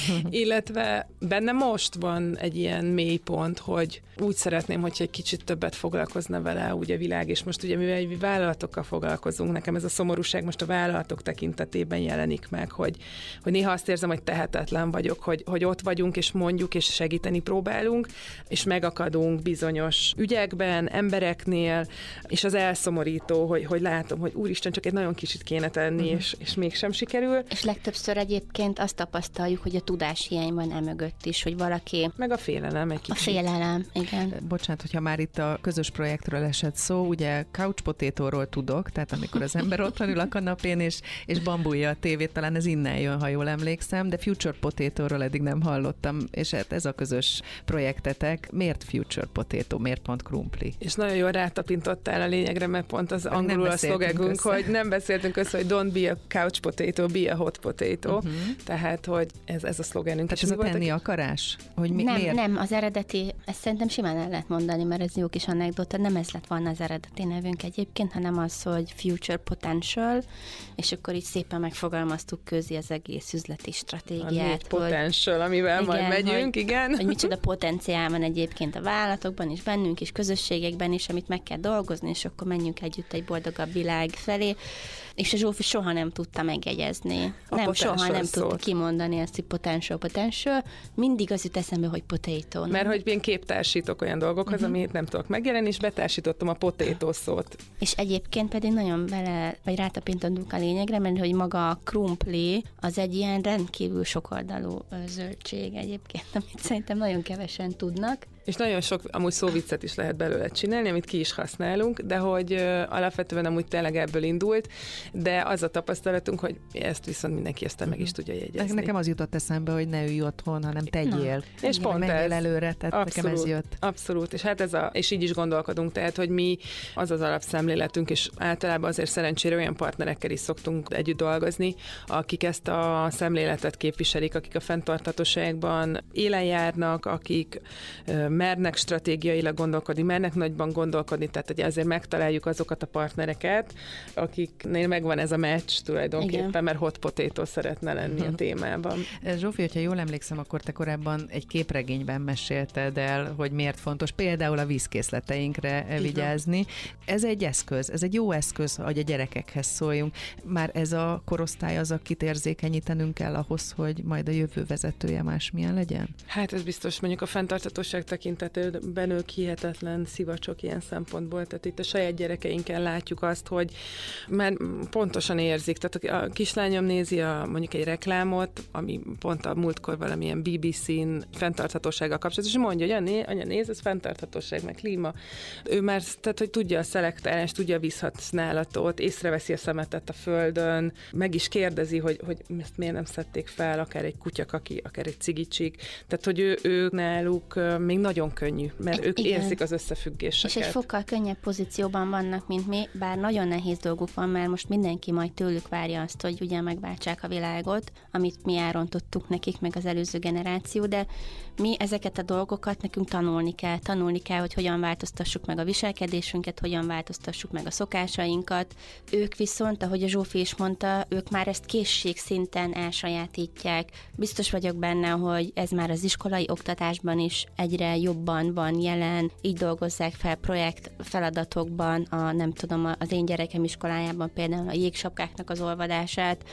illetve benne most van egy ilyen mélypont, hogy úgy szeretném, hogyha egy kicsit többet foglalkozna vele úgy a világ, és most ugye mivel vállalatokkal foglalkozunk, nekem ez a szomorúság most a vállalatok tekintetében jelenik meg, hogy néha azt érzem, hogy tehetetlen vagyok, hogy ott vagyunk, és mondjuk, és segíteni próbálunk, és megakadunk bizonyos ügyekben, embereknél, és az elszomorító, hogy látom, hogy úristen, csak egy nagyon kicsit kéne tenni, és mégsem sikerül. És legtöbbször egyébként azt tapasztaljuk, hogy a tudáshiány van emögött is, hogy valaki... Meg a félelem egy kicsit. A félelem, igen. Bocsánat, hogyha már itt a közös projektről esett szó, ugye couch potato-ról tudok, tehát amikor az ember otthon ül a kanapén, és bambulja a tévét, talán ez innen jön, ha jól emlékszem, de future potato-ról eddig nem hallottam, és hát ez a közös projektetek. Miért future potato, miért pont krumpli? És nagyon jól rátapintottál a lényegre, mert pont az angolul a szlogegünk, hogy nem beszéltünk össze, hogy don't be a couch potato, be a hot potato. Tehát, hogy ez a szlogenünk. Tehát ez a tenni akarás? Hogy miért? Nem, az eredeti, ezt szerintem simán el lehet mondani, mert ez jó kis anekdota, nem ez lett volna az eredeti nevünk egyébként, hanem az, hogy future potential, és akkor így szépen megfogalmaztuk közé az egész üzleti stratégiát. A potential, amivel igen, majd megyünk, igen. Hogy micsoda potenciál van egyébként a vállalatokban és bennünk is, közösségekben is, amit meg kell dolgozni, és akkor menjünk együtt egy boldogabb világ felé. És a Zsófi soha nem tudta megjegyezni. Soha nem tudta kimondani ezt, hogy potential. Mindig az jut eszembe, hogy potato. Mert hogy én képtársítok olyan dolgokhoz, amit nem tudok megjelenni, és betársítottam a potato szót. És egyébként pedig nagyon rátapintottunk a lényegre, mert hogy maga a krumpli az egy ilyen rendkívül sokoldalú zöldség egyébként, amit szerintem nagyon kevesen tudnak. És nagyon sok amúgy szóviccet is lehet belőle csinálni, amit ki is használunk, de hogy alapvetően amúgy tényleg ebből indult, de az a tapasztalatunk, hogy ezt viszont mindenki aztán meg is tudja jegyezni. Nekem az jutott eszembe, hogy ne ülj otthon, hanem tegyél. És pont menjél előre, tehát abszolút, nekem ez jött. Abszolút, és hát és így is gondolkodunk, tehát, hogy mi az alapszemléletünk, és általában azért szerencsére olyan partnerekkel is szoktunk együtt dolgozni, akik ezt a szemléletet képviselik, akik a fenntarthatóságban élen járnak, akik mernek stratégiailag gondolkodni, mernek nagyban gondolkodni, tehát hogy azért megtaláljuk azokat a partnereket, akiknél megvan ez a match tulajdonképpen, igen, mert hot potato szeretne lenni a témában. Zsófi, hogyha jól emlékszem, akkor te korábban egy képregényben mesélted el, hogy miért fontos például a vízkészleteinkre vigyázni. Ez egy eszköz, ez egy jó eszköz, hogy a gyerekekhez szóljunk. Már ez a korosztály az, akit érzékenyítenünk kell ahhoz, hogy majd a jövő vezetője másmilyen legyen? Hát ez biztos, mondjuk a fenntarthatóság tekintetében ők hihetetlen szivacsok ilyen szempontból, tehát itt a saját gyerekeinkkel látjuk azt, hogy már pontosan érzik, tehát a kislányom nézi mondjuk egy reklámot, ami pont a múltkor valamilyen BBC-n fenntarthatósággal kapcsolatos, és mondja, hogy anya néz, ez fenntarthatóság, meg klíma. Ő már, tehát hogy tudja a szelektálást, tudja a vízhasználatot, észreveszi a szemetet a földön, meg is kérdezi, hogy ezt miért nem szedték fel, akár egy kutyakaki, akár egy cigicsik, tehát hogy ő náluk még nagyon könnyű, mert ők igen, érzik az összefüggéseket. És egy fokkal könnyebb pozícióban vannak, mint mi, bár nagyon nehéz dolguk van, mert most mindenki majd tőlük várja azt, hogy ugye megváltsák a világot, amit mi elrontottuk nekik, meg az előző generáció, de mi ezeket a dolgokat nekünk tanulni kell, hogy hogyan változtassuk meg a viselkedésünket, hogyan változtassuk meg a szokásainkat. Ők viszont, ahogy a Zsófi is mondta, ők már ezt készségszinten elsajátítják. Biztos vagyok benne, hogy ez már az iskolai oktatásban is egyre jobban van jelen, így dolgozzák fel projekt feladatokban, nem tudom, az én gyerekem iskolájában például a jégsapkáknak az olvadását,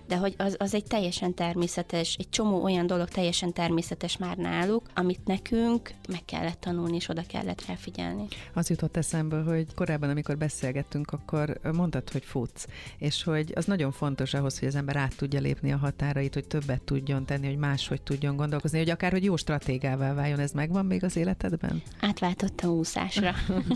de hogy az egy teljesen természetes, egy csomó olyan dolog teljesen természetes már náluk, amit nekünk meg kellett tanulni, és oda kellett rá figyelni. Az jutott eszembe, hogy korábban, amikor beszélgettünk, akkor mondtad, hogy futsz, és hogy az nagyon fontos ahhoz, hogy az ember át tudja lépni a határait, hogy többet tudjon tenni, hogy máshogy tudjon gondolkozni, hogy akár, hogy jó stratégává váljon. Ez megvan még az életedben? Átváltott a úszásra.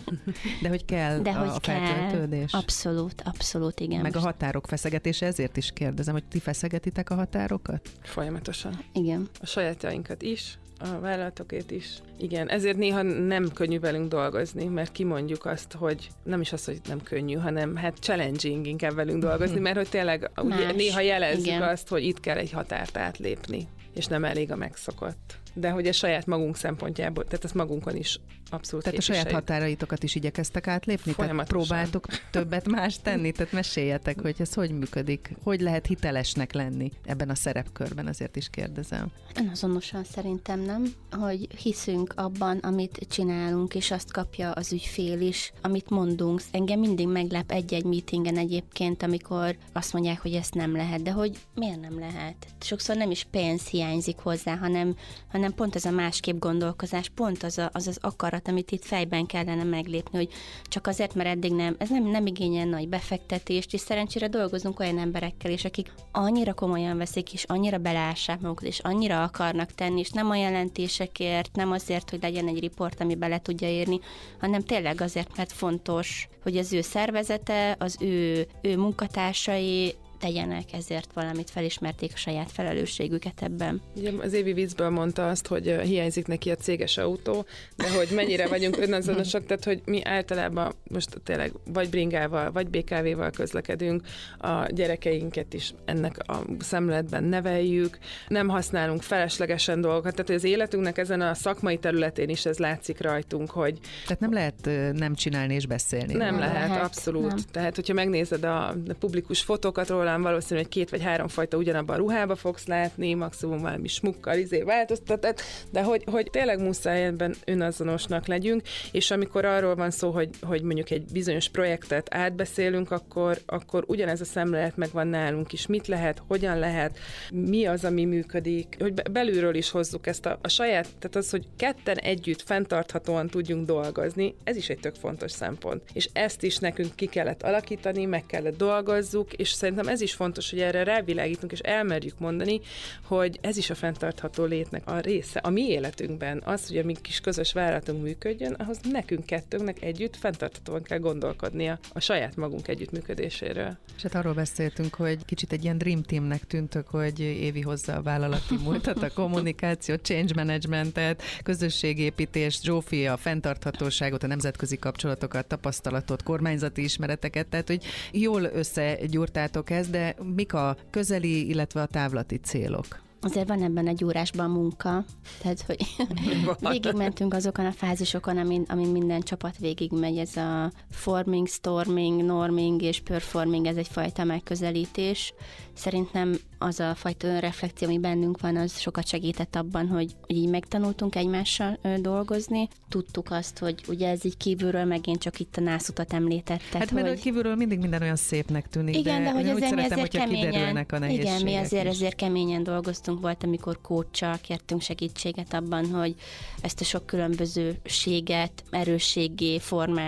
De hogy kell a feltöltődés? Abszolút, igen. Meg a határok feszegetése, ezért is kérdezem, hogy ti feszegetitek a határokat? Folyamatosan. Igen. A sajátjainkat is, a vállalatokét is. Igen, ezért néha nem könnyű velünk dolgozni, mert kimondjuk azt, hogy nem is az, hogy nem könnyű, hanem hát challenging inkább velünk dolgozni, mert hogy tényleg ugye, néha jelezzük igen. azt, hogy itt kell egy határt átlépni, és nem elég a megszokott. De hogy a saját magunk szempontjából, tehát ezt magunkon is abszolút Tehát a saját határaitokat is igyekeztek átlépni? Tehát próbáltok többet más tenni? Tehát meséljetek, hogy ez hogy működik? Hogy lehet hitelesnek lenni ebben a szerepkörben? Azért is kérdezem. Önazonosan szerintem nem, hogy hiszünk abban, amit csinálunk, és azt kapja az ügyfél is, amit mondunk. Engem mindig meglep egy-egy meetingen egyébként, amikor azt mondják, hogy ezt nem lehet, de hogy miért nem lehet? Sokszor nem is pénz hiányzik hozzá, hanem pont ez a másképp gondolkozás, pont az akarat, amit itt fejben kellene meglépni, hogy csak azért, mert eddig ez nem igényel nagy befektetést, és szerencsére dolgozunk olyan emberekkel is, akik annyira komolyan veszik, és annyira beleássák magukat, és annyira akarnak tenni, és nem a jelentésekért, nem azért, hogy legyen egy riport, ami bele tudja írni, hanem tényleg azért, mert fontos, hogy az ő szervezete, az ő munkatársai tegyenek ezért valamit, felismerték a saját felelősségüket ebben. Ugye az Évi viccből mondta azt, hogy hiányzik neki a céges autó, de hogy mennyire vagyunk önazonosak, tehát hogy mi általában most tényleg vagy bringával, vagy BKV-val közlekedünk, a gyerekeinket is ennek a szemléletben neveljük, nem használunk feleslegesen dolgokat, tehát hogy az életünknek ezen a szakmai területén is ez látszik rajtunk, hogy... Tehát nem lehet nem csinálni és beszélni. Nem lehet, abszolút. Nem. Tehát, hogyha megnézed a publikus fotókat róla, valószínűleg, hogy 2 vagy 3 fajta ugyanabban a ruhába fogsz látni, maximum valami smukkal változtat, de hogy tényleg muszáj ebben önazonosnak legyünk, és amikor arról van szó, hogy mondjuk egy bizonyos projektet átbeszélünk, akkor ugyanez a szemlélet megvan nálunk is. Mit lehet, hogyan lehet, mi az, ami működik, hogy belülről is hozzuk ezt a saját, tehát az, hogy ketten együtt fenntarthatóan tudjunk dolgozni, ez is egy tök fontos szempont. És ezt is nekünk ki kellett alakítani, meg kellett dolgozzuk, és szerintem ez is fontos, hogy erre rávilágítunk, és elmerjük mondani, hogy ez is a fenntartható létnek a része. A mi életünkben az, hogy a mi kis közös vállalatunk működjön, ahhoz nekünk kettőnknek együtt fenntarthatóan kell gondolkodnia a saját magunk együttműködéséről. És hát arról beszéltünk, hogy kicsit egy ilyen dream teamnek tűntök, hogy Évi hozza a vállalati múltat, a kommunikációt, change managementet, közösségépítést, Zsófi a fenntarthatóságot, a nemzetközi kapcsolatokat, tapasztalatot, kormányzati ismereteket, tehát hogy jól összegyúrtátok ezt, de mik a közeli, illetve a távlati célok? Azért van ebben egy órásban munka, tehát hogy végigmentünk azokon a fázisokon, amin minden csapat végigmegy, ez a forming, storming, norming és performing, ez egyfajta megközelítés. Szerintem az a fajta önreflekció, ami bennünk van, az sokat segített abban, hogy így megtanultunk egymással dolgozni. Tudtuk azt, hogy ugye ez így kívülről, megint csak itt a nászutat említetted. Hát mert kívülről mindig minden olyan szépnek tűnik, igen, de hogy úgy szeretem, hogyha kiderülnek a nehézségek. Igen, mi ezért keményen dolgoztunk, volt, amikor coachsal kértünk segítséget abban, hogy ezt a sok különbözőséget erősséggé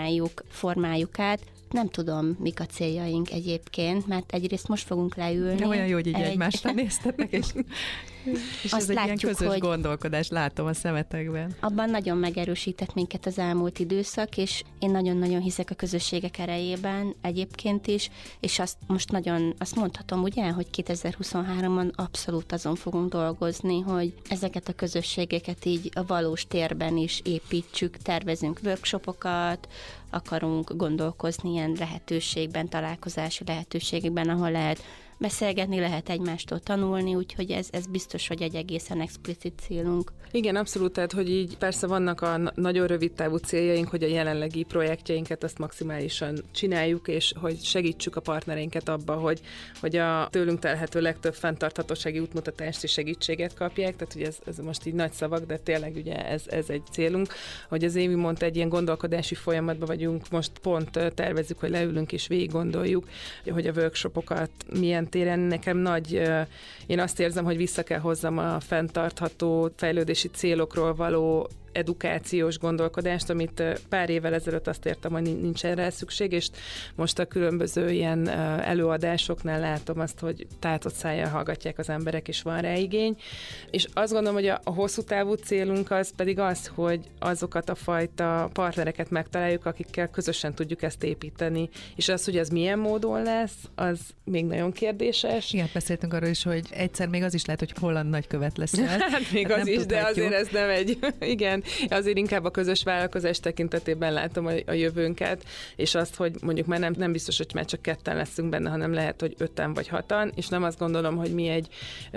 formáljuk át. Nem tudom, mik a céljaink egyébként, mert egyrészt most fogunk leülni. De olyan jó, hogy így egymásra néztetek, és ez egy ilyen közös gondolkodás, látom a szemetekben. Abban nagyon megerősített minket az elmúlt időszak, és én nagyon-nagyon hiszek a közösségek erejében egyébként is, és azt mondhatom, ugye, hogy 2023-ban abszolút azon fogunk dolgozni, hogy ezeket a közösségeket így a valós térben is építsük, tervezünk workshopokat, akarunk gondolkozni ilyen lehetőségben, találkozási lehetőségekben, ahol lehet beszélgetni, lehet egymástól tanulni, úgyhogy ez biztos, hogy egy egészen explicit célunk. Igen, abszolút, tehát, hogy így persze vannak a nagyon rövid távú céljaink, hogy a jelenlegi projektjeinket azt maximálisan csináljuk, és hogy segítsük a partnereinket abba, hogy a tőlünk telhető legtöbb fenntarthatósági útmutatást és segítséget kapják, tehát ugye ez most így nagy szavak, de tényleg ugye ez egy célunk. Hogy az Évi mondta, egy ilyen gondolkodási folyamatban vagyunk, most pont tervezzük, hogy leülünk és végig gondoljuk, hogy a workshopokat milyen ezen téren nekem nagy, én azt érzem, hogy vissza kell hozzam a fenntartható fejlődési célokról való edukációs gondolkodást, amit pár évvel ezelőtt azt értem, hogy nincs erre szükség, és most a különböző ilyen előadásoknál látom azt, hogy tátott szájjal hallgatják az emberek, és van rá igény. És azt gondolom, hogy a hosszú távú célunk az pedig az, hogy azokat a fajta partnereket megtaláljuk, akikkel közösen tudjuk ezt építeni. És az, hogy ez milyen módon lesz, az még nagyon kérdéses. Igen, beszéltünk arról is, hogy egyszer még az is lehet, hogy holland nagykövet leszel. Hát még az is, de azért ez nem egy... Igen, azért inkább a közös vállalkozás tekintetében látom a jövőnket, és azt, hogy mondjuk már nem biztos, hogy már csak 2 leszünk benne, hanem lehet, hogy 5 vagy 6, és nem azt gondolom, hogy mi egy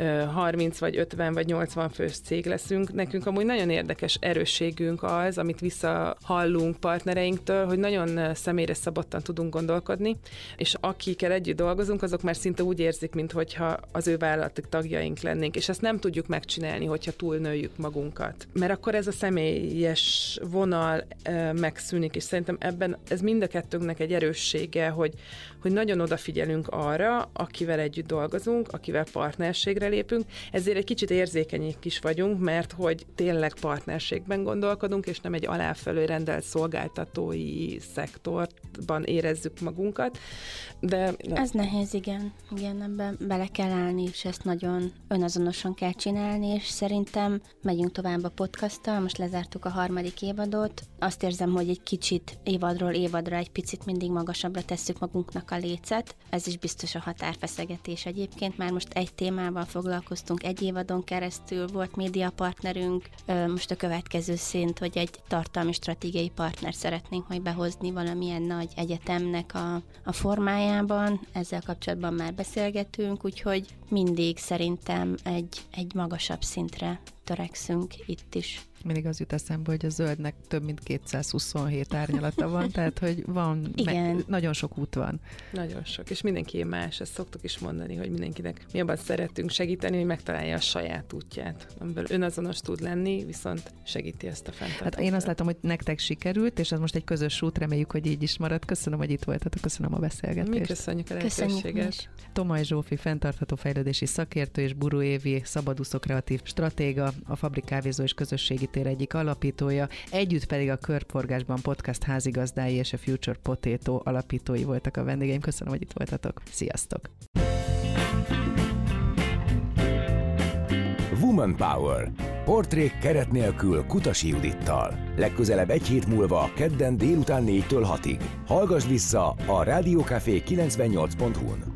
30 vagy 50 vagy 80 fős cég leszünk. Nekünk amúgy nagyon érdekes erősségünk az, amit visszahallunk partnereinktől, hogy nagyon személyre szabottan tudunk gondolkodni, és akikkel együtt dolgozunk, azok már szinte úgy érzik, minthogyha az ő vállalati tagjaink lennénk, és ezt nem tudjuk megcsinálni, hogyha túlnőjük magunkat. Mert akkor ez a személyes vonal megszűnik, és szerintem ebben ez mind a kettőnknek egy erőssége, hogy nagyon odafigyelünk arra, akivel együtt dolgozunk, akivel partnerségre lépünk, ezért egy kicsit érzékenyek is vagyunk, mert hogy tényleg partnerségben gondolkodunk, és nem egy aláfelől rendelt szolgáltatói szektorban érezzük magunkat. De ez nehéz, igen. Igen, ebben bele kell állni, és ezt nagyon önazonosan kell csinálni, és szerintem megyünk tovább a podcasttal, most lezártuk a 3. évadot. Azt érzem, hogy egy kicsit évadról évadra egy picit mindig magasabbra tesszük magunknak a lécet. Ez is biztos a határfeszegetés egyébként. Már most egy témával foglalkoztunk 1 évadon keresztül, volt médiapartnerünk, most a következő szint, hogy egy tartalmi stratégiai partner szeretnénk majd behozni valamilyen nagy egyetemnek a formájában. Ezzel kapcsolatban már beszélgetünk, úgyhogy mindig szerintem egy magasabb szintre törekszünk itt is. Mindig az jut eszembe, hogy a zöldnek több mint 227 árnyalata van, tehát hogy van, nagyon sok út van. Nagyon sok, és mindenki más, ezt szoktuk is mondani, hogy mindenkinek mi abban szeretünk segíteni, hogy megtalálja a saját útját, amiből önazonos tud lenni, viszont segíti ezt a fenntartást. Hát én azt látom, hogy nektek sikerült, és ez most egy közös út, reméljük, hogy így is marad. Köszönöm, hogy itt voltatok, köszönöm a beszélgetést. Mi köszönjük a lehetőséget. Tomaj Zsófi, fenntartható fejlődési szakértő, és Buru Évi, szabadúszó kreatív stratéga, a Fabrik kávézó és közösségi tér egyik alapítója, együtt pedig a Körforgásban podcast házigazdái és a Future Potato alapítói voltak a vendégeim. Köszönöm, hogy itt voltatok. Sziasztok! Woman Power. Portrék keret nélkül Kutasi Judittal. Legközelebb 1 hét múlva, kedden délután 4-től 6-ig. Hallgass vissza a Rádió Café 98.hu-n.